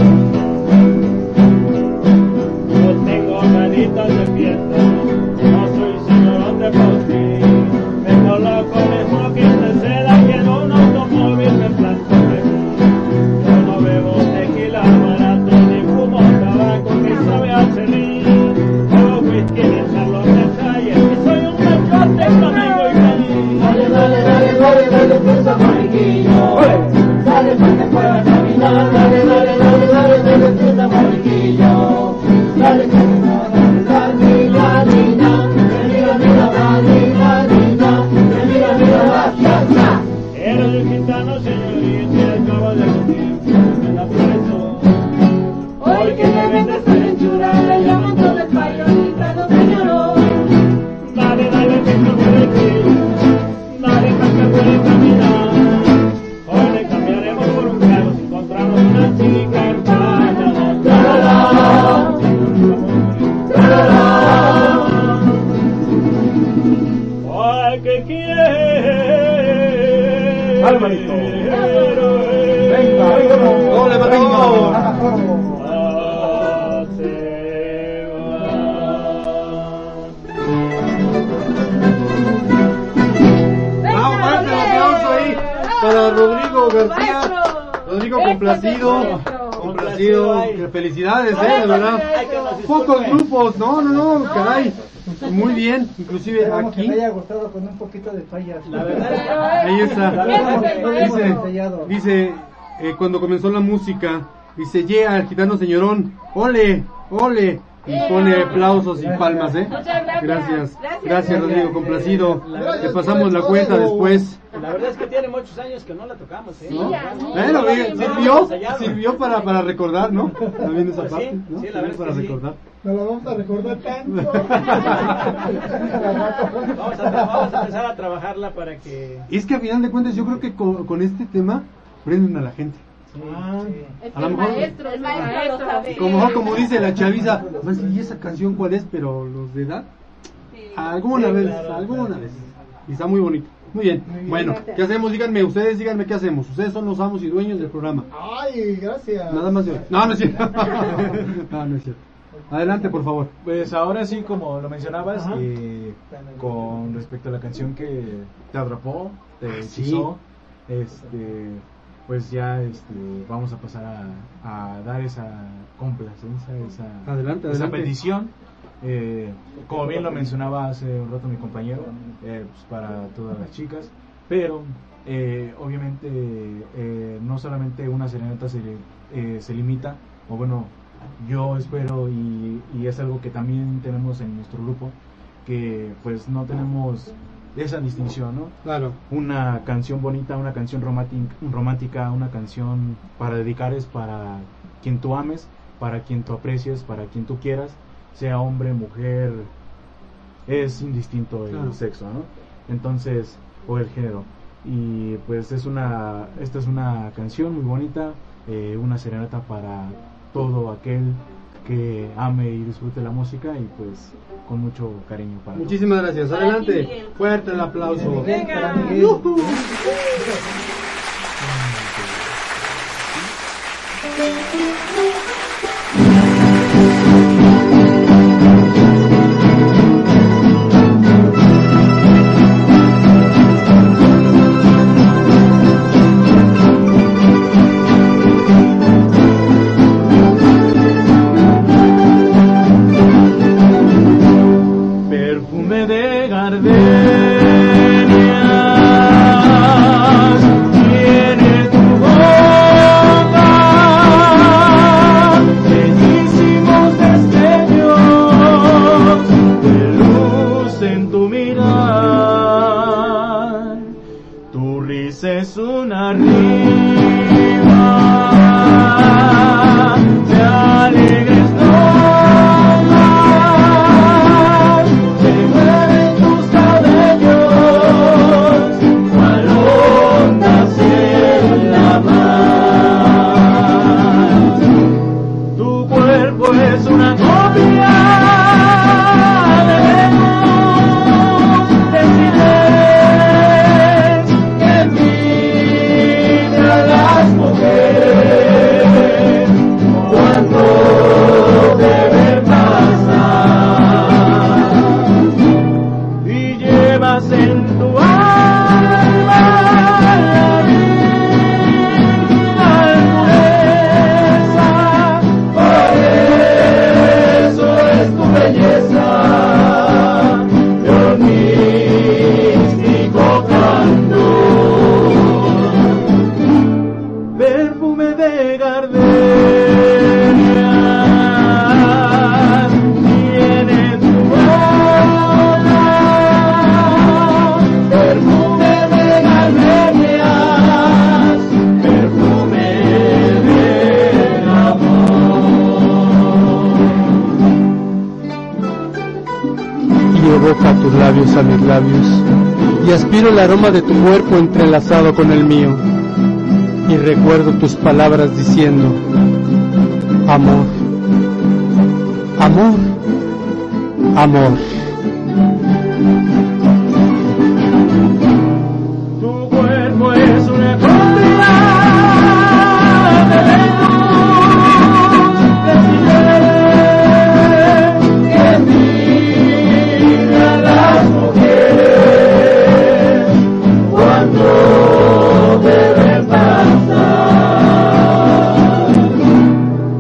M: Yo tengo ganitas de fiesta, no soy señor de postín. Vengo loco de smoking de seda, quiero un automóvil de plástico. Yo no bebo tequila barato, ni fumo tabaco que sabe a celín. Bebo whisky de salón de calle, y soy un machote flamenco y feliz. Dale, dale, dale, dale, dale, piensa mariquillo. Dale para que pueda caminar, dale, dale, dale, dale, dale, piensa mariquillo. Dale que me va a dar, niña, niña, que mira, mira, va, niña, niña, que mira, mira, va, ya, ya. Era el gitano, señorita, y acaba de morir, me la preso. Hoy que me vende esta lechura, le llaman todo el payo, gitano, señor. Dale, dale, que me voy dale para que pueda caminar. Hoy le cambiaremos por un carro si encontramos una chica en pala. La la la, la la la. Ay, que quiere.
A: Al manito. Venga, doble manito. Para Rodrigo García, Rodrigo complacido, complacido. Ha sido, que felicidades, eh, de verdad. Pocos grupos, no, no, no, caray. Muy bien, inclusive
I: Esperamos
A: aquí.
I: que me haya gustado con un poquito de fallas.
C: La verdad,
A: ahí está. Dice,
I: ensayado.
A: dice eh, cuando comenzó la música, dice, yeah, el gitano señorón, ole, ole. Y pone aplausos y palmas, ¿eh?
E: Muchas gracias.
A: Gracias,
E: Gracias.
A: gracias Rodrigo, complacido.
C: Gracias
A: Te pasamos la cuenta después.
C: La verdad es que tiene muchos años que no la tocamos, ¿eh?
A: ¿No?
C: No,
A: Bueno,
C: no,
A: bien,
C: no,
A: sirvió,
C: ensayado.
A: sirvió para, para recordar, ¿no? También esa
C: Pues
A: parte,
C: sí,
A: ¿no?
C: sí, la
A: Sirvió
C: verdad es
A: para
C: que sí.
A: recordar.
J: No lo vamos a recordar tanto.
C: Vamos a, vamos a empezar a trabajarla para que...
A: Es que a final de cuentas yo creo que con, con este tema prenden a la gente.
C: Ah,
A: a lo mejor,
E: maestro, el maestro lo sabe.
A: como, como dice la chaviza, pues, ¿y esa canción cuál es? Pero los de edad, alguna
C: Sí,
A: vez,
C: claro,
A: alguna
C: claro.
A: vez. Y está muy bonito. Muy bien.
J: Muy bien.
A: Bueno,
E: Gracias.
A: ¿qué hacemos? Díganme, ustedes díganme qué hacemos. Ustedes son los amos y dueños del programa.
J: Ay, gracias.
A: Nada más yo. No, no es cierto. No, no es cierto. Adelante, por favor.
P: Pues ahora sí, como lo mencionabas,
A: Ajá.
P: eh, con respecto a la canción que te atrapó, te
A: Ah, sí.
P: hechizó, este, pues ya este, vamos a pasar a, a dar esa complacencia, esa,
A: Adelante,
P: esa
A: adelante.
P: petición. Eh, como bien lo mencionaba hace un rato mi compañero, eh, pues para todas las chicas, pero eh, obviamente eh, no solamente una serenata se, eh, se limita, o bueno, yo espero y, y es algo que también tenemos en nuestro grupo, que pues no tenemos esa distinción, ¿no?
A: Claro.
P: Una canción bonita, una canción romántica, romántica, una canción para dedicar es para quien tú ames, para quien tú aprecies, para quien tú quieras, sea hombre, mujer, es indistinto el
A: Claro.
P: sexo, ¿no? Entonces, o el género. Y pues es una, esta es una canción muy bonita, eh, una serenata para todo aquel que ame y disfrute la música y pues con mucho cariño para todos.
A: Muchísimas gracias.
F: Para ti,
A: Adelante.
F: Miguel.
A: Fuerte el aplauso.
I: Venga.
A: Yujú.
P: Perfume de gardenias tiene tu boca, bellísimos destellos de luz en tu mirar, tu risa es una rima de alegres notas. Se mueven tus cabellos, cual ondas en la mar. Tu cuerpo es una copia de Venus, de Siles, que mira a las mujeres cuando te ven pasar. Y llevas en tu alma la divina pureza, por eso es tu belleza, Dios místico canto, perfume de gardenias tiene tu boca, perfume de gardenias, perfume de
A: Y evoca tus labios a mis labios, y aspiro el aroma de tu cuerpo entrelazado con el mío, y recuerdo tus palabras diciendo, amor, amor, amor.
P: Tu cuerpo es una copia de Venus, de Siles, que mira a las mujeres cuando te ven pasar.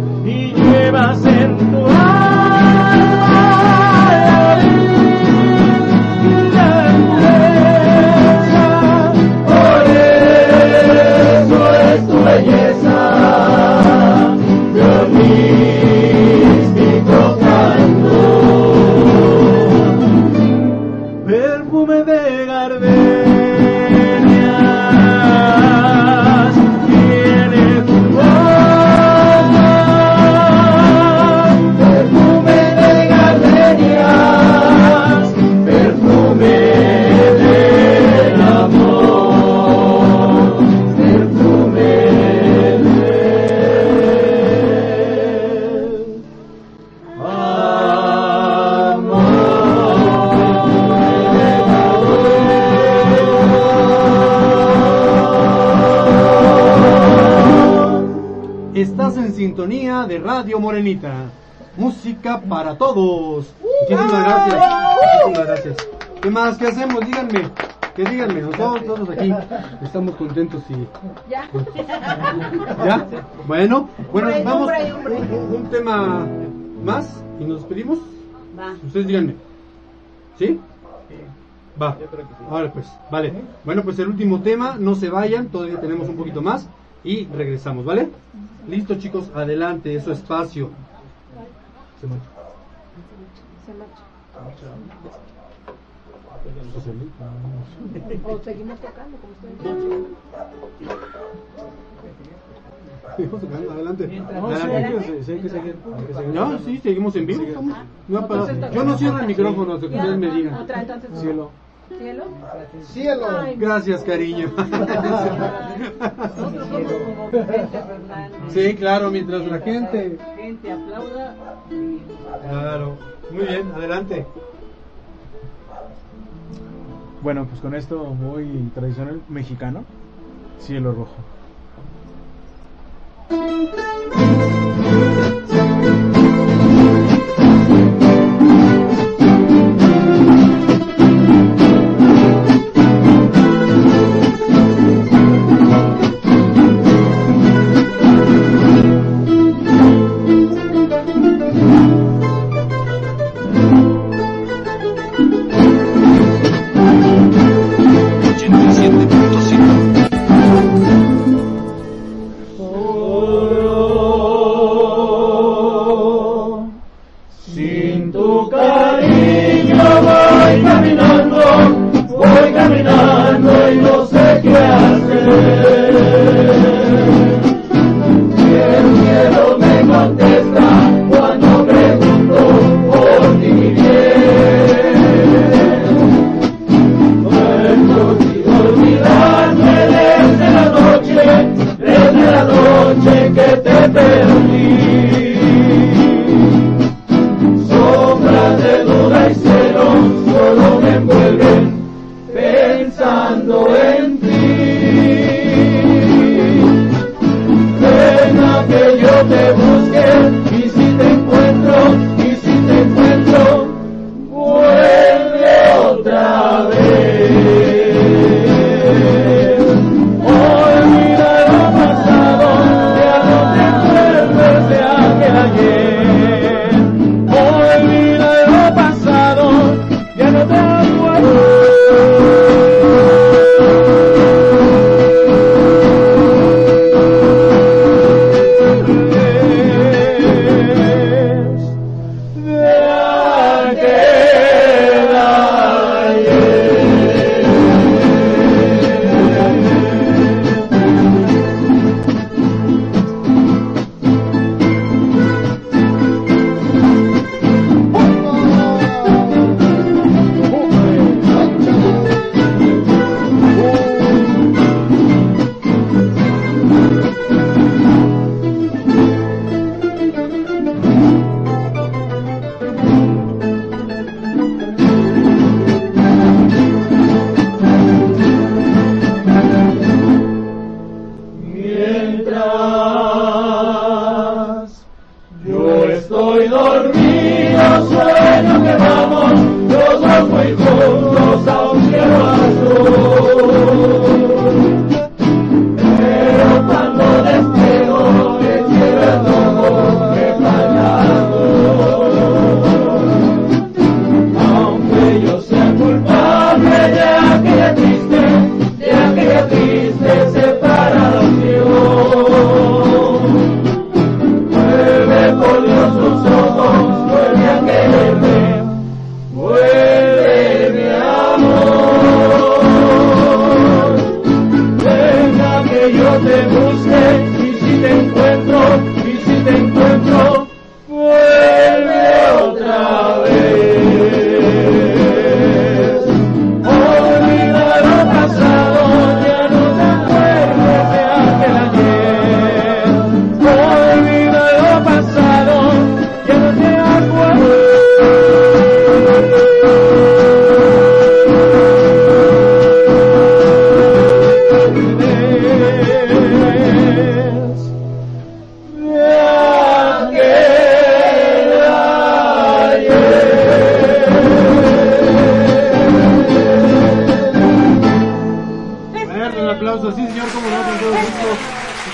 A: en sintonía de Radio Morenita. Música para todos. Muchísimas gracias. Muchísimas gracias. ¿Qué más? ¿Qué hacemos? Díganme. Que díganme, nosotros todos aquí estamos contentos y...
E: Ya.
A: ¿Ya? Bueno, bueno,
E: Hombre,
A: vamos
E: hombre, hombre.
A: un tema más y nos despedimos.
F: Va.
A: Ustedes díganme. ¿Sí? Va. Ahora pues, vale. Bueno, pues el último tema, no se vayan, todavía tenemos un poquito más y regresamos, ¿vale? Listo, chicos, adelante, es su espacio. Se marcha.
E: Se marcha. O seguimos tocando como ustedes.
A: Seguimos tocando, adelante.
C: No, sí,
A: Adelante.
C: hay que- sí, hay que seguir, hay que seguir.
A: No, sí, seguimos en vivo. estamos- no ha parado. Yo no cierro el micrófono, que ustedes me digan.
E: Otra, entonces.
A: Cielo.
E: ¿Cielo?
J: Cielo.
E: Ay,
A: Gracias, cariño.
D: Nosotros somos como Vicente Fernández.
A: Sí, claro, mientras la gente.
D: Gente aplauda.
A: Claro. Muy bien, adelante.
P: Bueno, pues con esto muy tradicional mexicano, Cielo Rojo.
N: ochenta y siete punto cinco.
M: Sin tu cariño voy caminando, voy caminando y no sé qué hacer. Y el cielo me contesta cuando pregunto por ti bien. No he podido olvidarme desde la noche, desde la noche que te perdí. Sombras de duda y celo solo me envuelven pensando en ti. Deja que yo te busque y si te encuentro, y si te encuentro, vuelve otra vez. Olvida lo pasado, ya no te acuerdes de aquel ayer. Olvida lo pasado, ya no te acuerdas.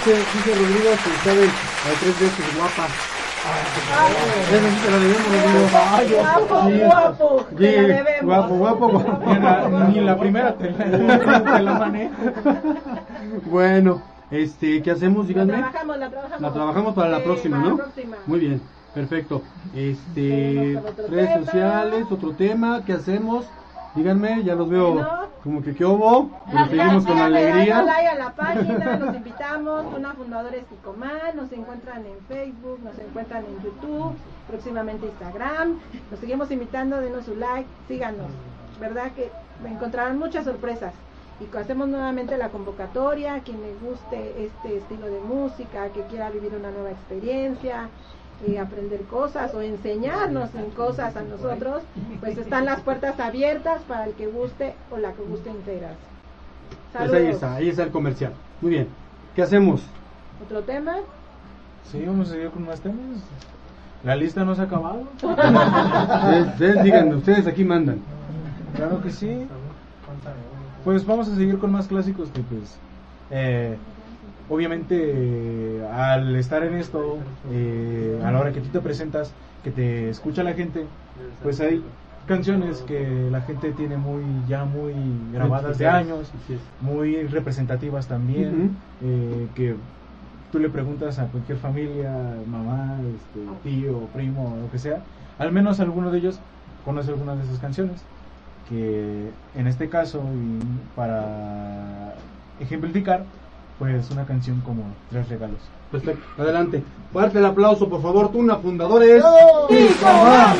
A: dice, dice Rodrigo que sabe la tres veces guapa. Eso sí te la debemos, Rodrigo.
E: Guapo,
A: Sí.
E: guapo,
A: Sí,
E: te la debemos.
A: guapo, guapo, guapo.
P: Ni la, ni la primera te la, te la manejo.
A: Bueno, este, ¿qué hacemos?
E: La
A: Díganme.
E: trabajamos, la trabajamos.
A: La trabajamos para la
E: Sí,
A: próxima,
E: para
A: ¿no?
E: la próxima.
A: Muy bien, perfecto. Este,
E: Seguimos con otro
A: redes
E: tema.
A: sociales, otro tema, ¿qué hacemos? Díganme, ya los veo
E: Bueno.
A: como que qué hubo, pero seguimos con
E: Síganle dando
A: alegría.
E: like a la página, los invitamos. Una Fundadores Ticomán, nos encuentran en Facebook, nos encuentran en YouTube, próximamente Instagram. Los seguimos invitando, denos su like, síganos. Verdad que encontrarán muchas sorpresas. Y hacemos nuevamente la convocatoria, a quien le guste este estilo de música, que quiera vivir una nueva experiencia, eh, aprender cosas o enseñarnos en cosas a nosotros, pues están las puertas abiertas para el que guste o la que guste integrar.
A: Pues ahí está, ahí está el comercial. Muy bien, ¿qué hacemos?
E: ¿Otro tema?
P: Sí, vamos a seguir con más temas. La lista no se ha acabado.
A: Ustedes, ustedes díganme, ustedes aquí mandan.
P: Claro que sí. Pues vamos a seguir con más clásicos que pues eh, obviamente eh, al estar en esto, eh, a la hora que tú te presentas, que te escucha la gente, pues hay canciones que la gente tiene muy ya muy grabadas de años, muy representativas también, uh-huh. eh, que tú le preguntas a cualquier familia, mamá, este, tío, primo, lo que sea, al menos alguno de ellos conoce algunas de esas canciones. Que en este caso, y para ejemplificar, pues una canción como Tres Regalos.
A: Perfecto, adelante. Fuerte el aplauso, por favor, Tuna Fundadores.
M: ¡Ticomán!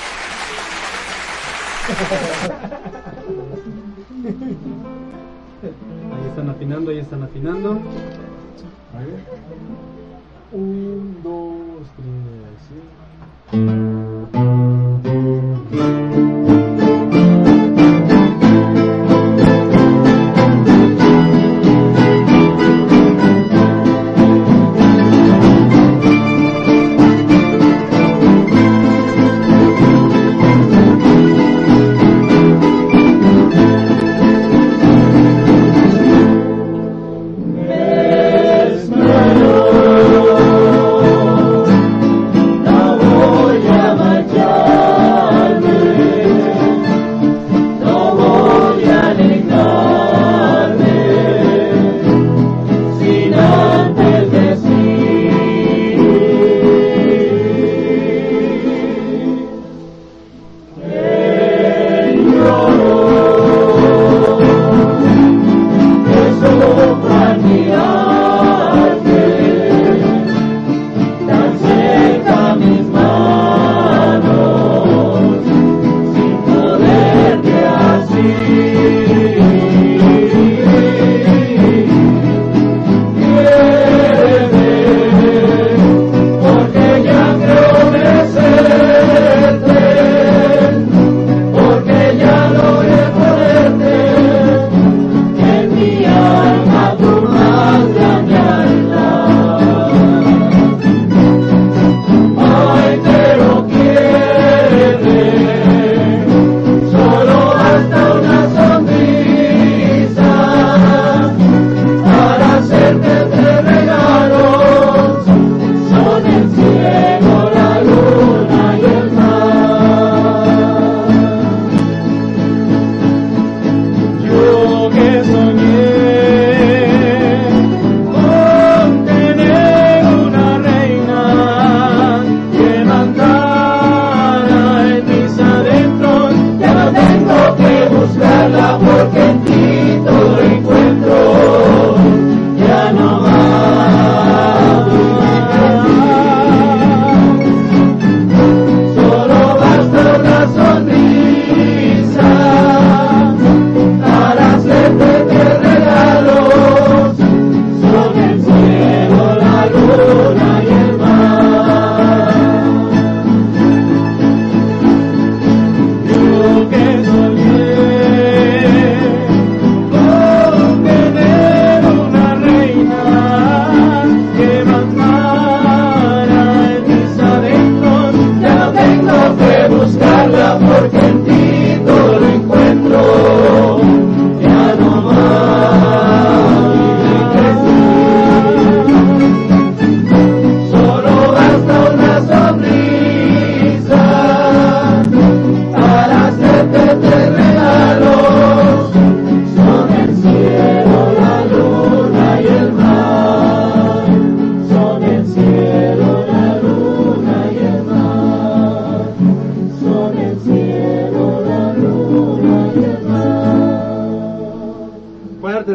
A: Ahí están afinando, ahí están afinando.
P: A ver. Un, dos, tres, sí.
M: No voy a marchar.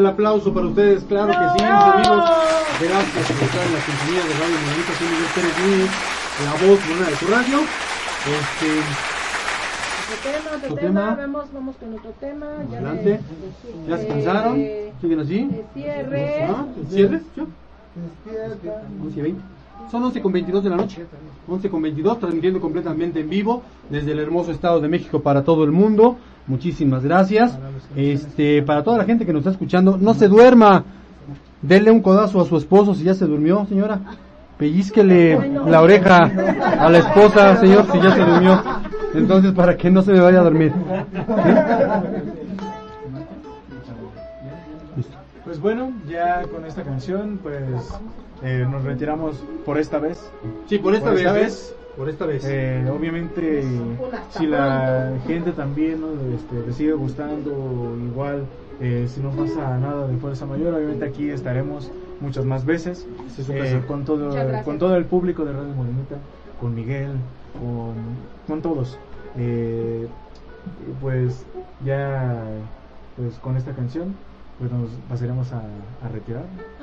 A: el aplauso para ustedes, claro que sí, mis amigos. Gracias por estar en la sintonía de Radio Morenita. Soy Miguel Pérez Núñez, la voz morena de tu radio. Este...
E: Otro tema, otro
A: ¿Otro
E: tema,
A: tema?
E: Vamos, vamos con otro tema. Ya
A: Adelante.
E: le-
A: ¿Ya se cansaron?
E: eh,
A: ¿Siguen así?
E: eh, Cierre.
A: ¿Ah? ¿Cierre? ¿Ya? once y veinte. Son once con veintidós de la noche. once con veintidós, transmitiendo completamente en vivo desde el hermoso Estado de México para todo el mundo. Muchísimas gracias. Este, para toda la gente que nos está escuchando, no se duerma. Denle un codazo a su esposo si ya se durmió, señora. Pellizquele la oreja a la esposa, señor, si ya se durmió. Entonces, para que no se me vaya a dormir.
P: Pues bueno, ya con esta canción, pues eh, nos retiramos por esta vez.
A: Sí, por esta vez, por esta vez.
P: Eh, obviamente, si la gente también, ¿no? este, le sigue gustando, igual, eh, si no pasa nada de fuerza mayor, obviamente aquí estaremos muchas más veces, eh, con todo, con todo el público de Radio Morenita, con Miguel, con, con todos. Eh, pues ya, pues con esta canción, pues nos pasaremos a, a retirar.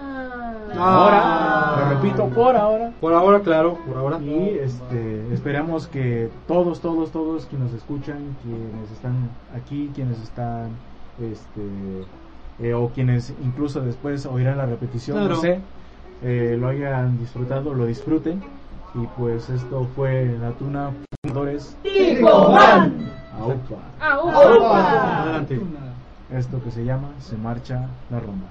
A: Ah.
P: Ahora, lo repito, por ahora.
A: Por ahora, claro, por ahora.
P: Y este, esperamos que todos, todos, todos quienes nos escuchan, quienes están aquí, quienes están, este, eh, o quienes incluso después oirán la repetición,
A: Claro.
P: no sé, eh, lo hayan disfrutado, lo disfruten. Y pues esto fue La Tuna Fundadores
M: Ticoman.
P: Aupa.
E: Aupa.
P: Adelante. Esto que se llama Se Marcha la Rumba.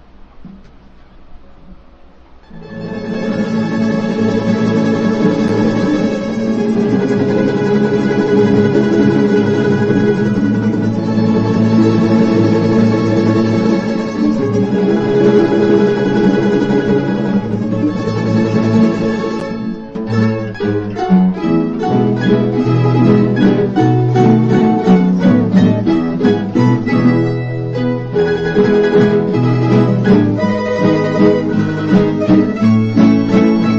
M: Thank you.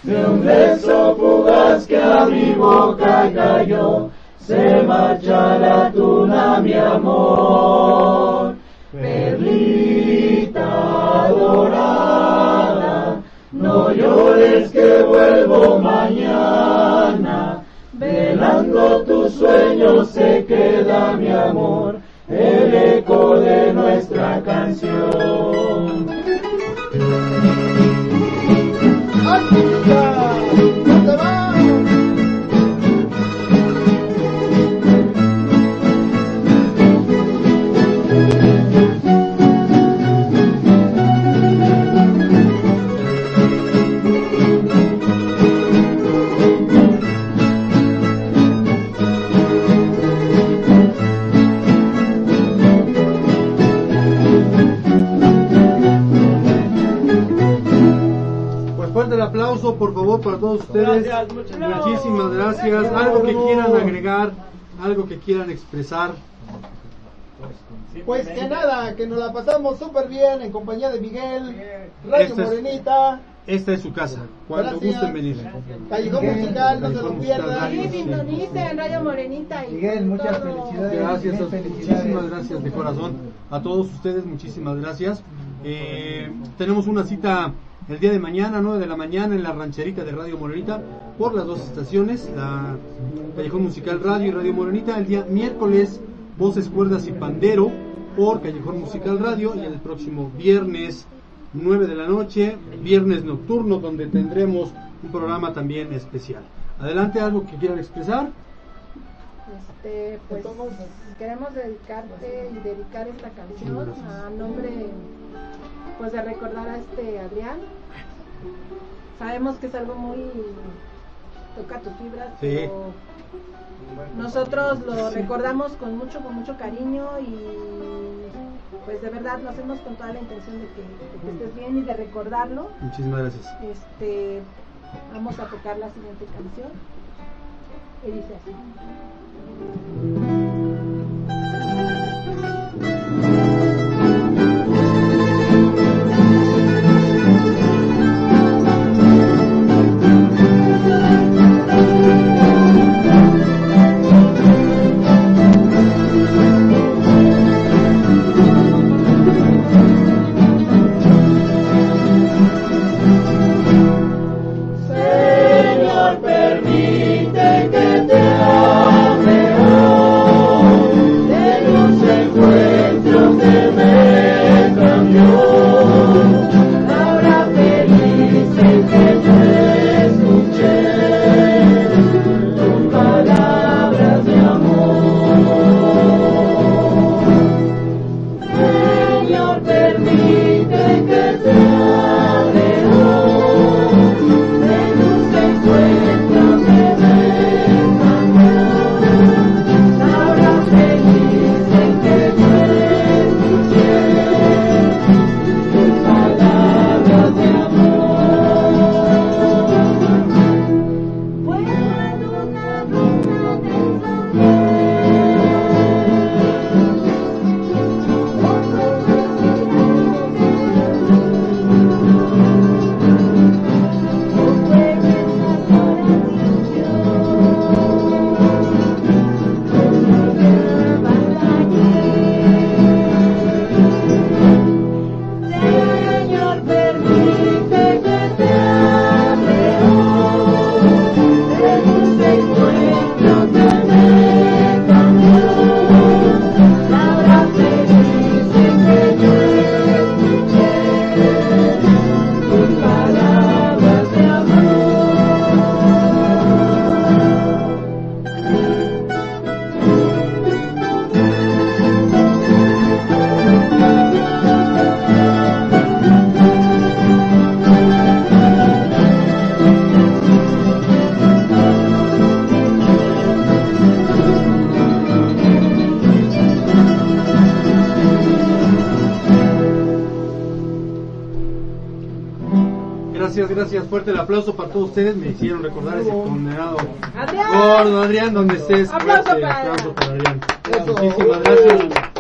M: de un beso fugaz que a mi boca cayó, se marcha la tuna, mi amor. Perlita dorada, no llores que vuelvo mañana, velando tus sueños se queda, mi amor, el eco de nuestra canción.
A: El aplauso, por favor, para todos ustedes.
C: Gracias, muchas gracias.
A: Muchísimas gracias. Algo que quieran agregar, algo que quieran expresar.
J: Pues que nada, que nos la pasamos súper bien en compañía de Miguel, Radio
A: Esta es-
J: Morenita,
A: Esta es su casa. Cuando
J: Gracias.
A: gusten venir.
J: Callejón Musical, no se lo
A: Callejón
J: pierdan.
E: Sí, sintonicen Radio Morenita y
I: Miguel, muchas
E: todo.
I: felicidades.
A: Gracias,
I: Miguel,
A: a-
I: felicidades.
A: muchísimas gracias de corazón a todos ustedes, muchísimas gracias. Eh, tenemos una cita el día de mañana, nueve de la mañana, en la rancherita de Radio Morenita, por las dos estaciones, la Callejón Musical Radio y Radio Morenita. El día miércoles, Voces, Cuerdas y Pandero por Callejón Musical Radio, y el próximo viernes, nueve de la noche, viernes nocturno, donde tendremos un programa también especial. Adelante, algo que quieran expresar.
E: Este, pues queremos dedicarte y dedicar esta canción a nombre, pues, de recordar a este Adrián. Sabemos que es algo muy, toca tus fibras,
A: Sí.
E: pero nosotros lo recordamos con mucho, con mucho cariño, y pues de verdad lo hacemos con toda la intención de que, de que estés bien y de recordarlo.
A: Muchísimas gracias.
E: Este, vamos a tocar la siguiente canción y dice así.
M: Señor, permite que te ame hoy, de los encuentros que me cambió. Ahora feliz en que yo escuché tus palabras de amor. Señor, permite que te ame hoy, de tus encuentros que me cambió. Ahora feliz en que yo escuché tus palabras de amor. Vuelvo a una luna de Señor, permite que te ame hoy, de tus encuentros que me cambió. Ahora feliz en que yo escuché tus palabras de
A: Gracias, gracias. Fuerte el aplauso para todos ustedes. Me hicieron recordar ese condenado
E: Adrián.
A: gordo Adrián, donde estés.
E: Aplauso
A: Fuerte
E: para-
A: aplauso para Adrián. Muchísimas gracias.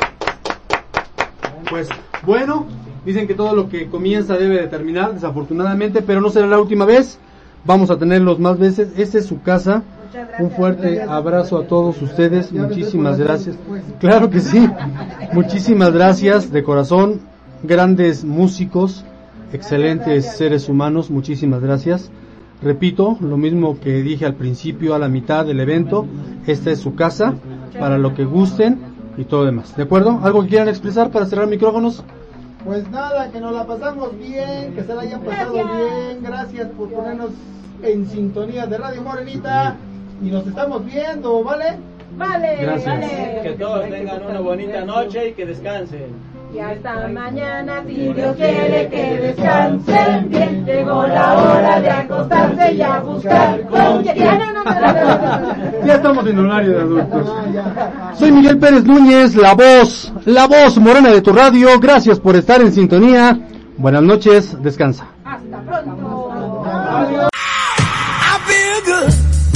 A: Pues bueno, dicen que todo lo que comienza debe de terminar, desafortunadamente, pero no será la última vez. vamos a tenerlos más veces. Esta es su casa. Un fuerte abrazo a todos ustedes, muchísimas gracias. Claro que sí, muchísimas gracias de corazón, grandes músicos, excelentes seres humanos, muchísimas gracias. Repito, lo mismo que dije al principio, a la mitad del evento, esta es su casa, para lo que gusten y todo demás. ¿De acuerdo? ¿Algo que quieran expresar para cerrar micrófonos?
J: Pues nada, que nos la pasamos bien, que se la hayan pasado bien, gracias por ponernos en sintonía de Radio Morenita y nos estamos viendo, ¿vale?
E: Vale,
A: gracias.
E: vale.
C: Que todos tengan una bonita noche y que descansen.
E: Y hasta mañana, si Dios quiere que descansen bien. Llegó la hora de acostarse y a buscar con quién. Ya, no, no, no, no, no.
A: Ya estamos en horario de adultos. Soy Miguel Pérez Núñez, la voz, la voz morena de tu radio. Gracias por estar en sintonía. Buenas noches, descansa.
E: Hasta pronto.
J: Adiós.
Q: I feel good.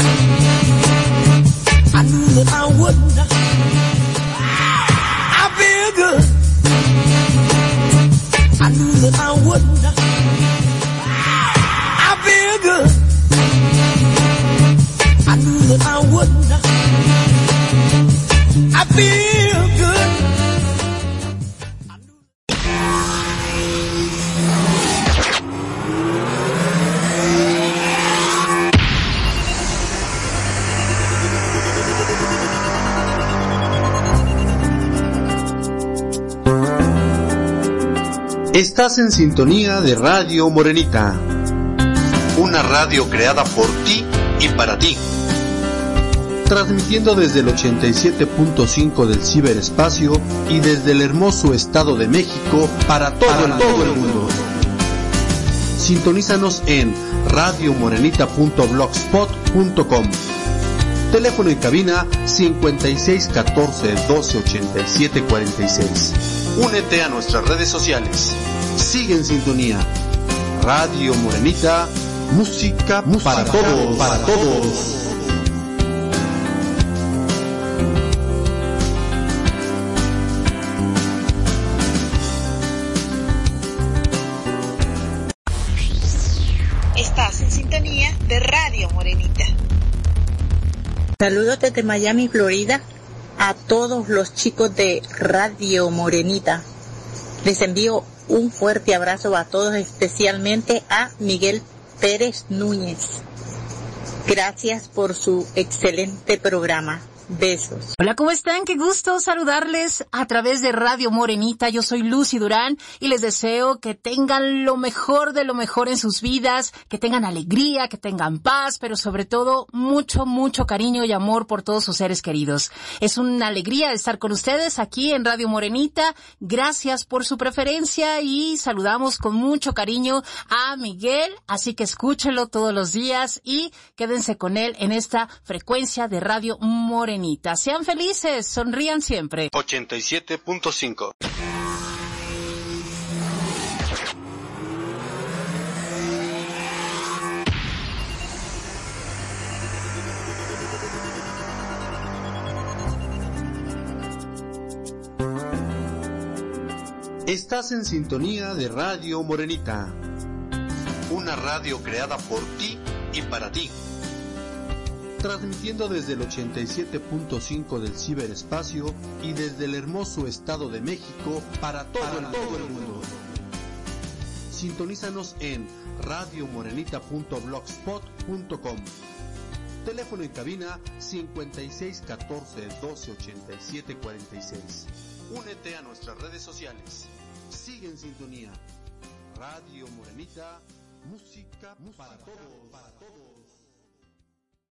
Q: I knew that I would. I feel good. I knew that I would. I feel good. I knew that I would. I feel good.
N: Estás en sintonía de Radio Morenita, una radio creada por ti y para ti, transmitiendo desde el ochenta y siete punto cinco del ciberespacio y desde el hermoso Estado de México para todo, para el, todo el mundo. Sintonízanos en radio morenita punto blogspot punto com. Teléfono y cabina cincuenta y seis catorce doce ochenta y siete cuarenta y seis. Únete a nuestras redes sociales. Sigue en sintonía. Radio Morenita, música, música para todos, para todos.
R: Estás en sintonía de Radio Morenita.
S: Saludos desde Miami, Florida, a todos los chicos de Radio Morenita. Les envío un fuerte abrazo a todos, especialmente a Miguel Pérez Núñez. Gracias por su excelente programa. Besos.
T: Hola, ¿cómo están? Qué gusto saludarles a través de Radio Morenita. Yo soy Lucy Durán y les deseo que tengan lo mejor de lo mejor en sus vidas, que tengan alegría, que tengan paz, pero sobre todo mucho, mucho cariño y amor por todos sus seres queridos. Es una alegría estar con ustedes aquí en Radio Morenita. Gracias por su preferencia y saludamos con mucho cariño a Miguel, así que escúchenlo todos los días y quédense con él en esta frecuencia de Radio Morenita. Sean felices, sonrían siempre.
N: ochenta y siete punto cinco. Estás en sintonía de Radio Morenita, una radio creada por ti y para ti, transmitiendo desde el ochenta y siete punto cinco del ciberespacio y desde el hermoso Estado de México para todo, para el, todo el mundo. Sintonízanos en radio morenita punto blogspot punto com. Teléfono en cabina cincuenta y seis catorce doce ochenta y siete cuarenta y seis. Únete a nuestras redes sociales. Sigue en sintonía. Radio Morenita, música, música para todos, para todos.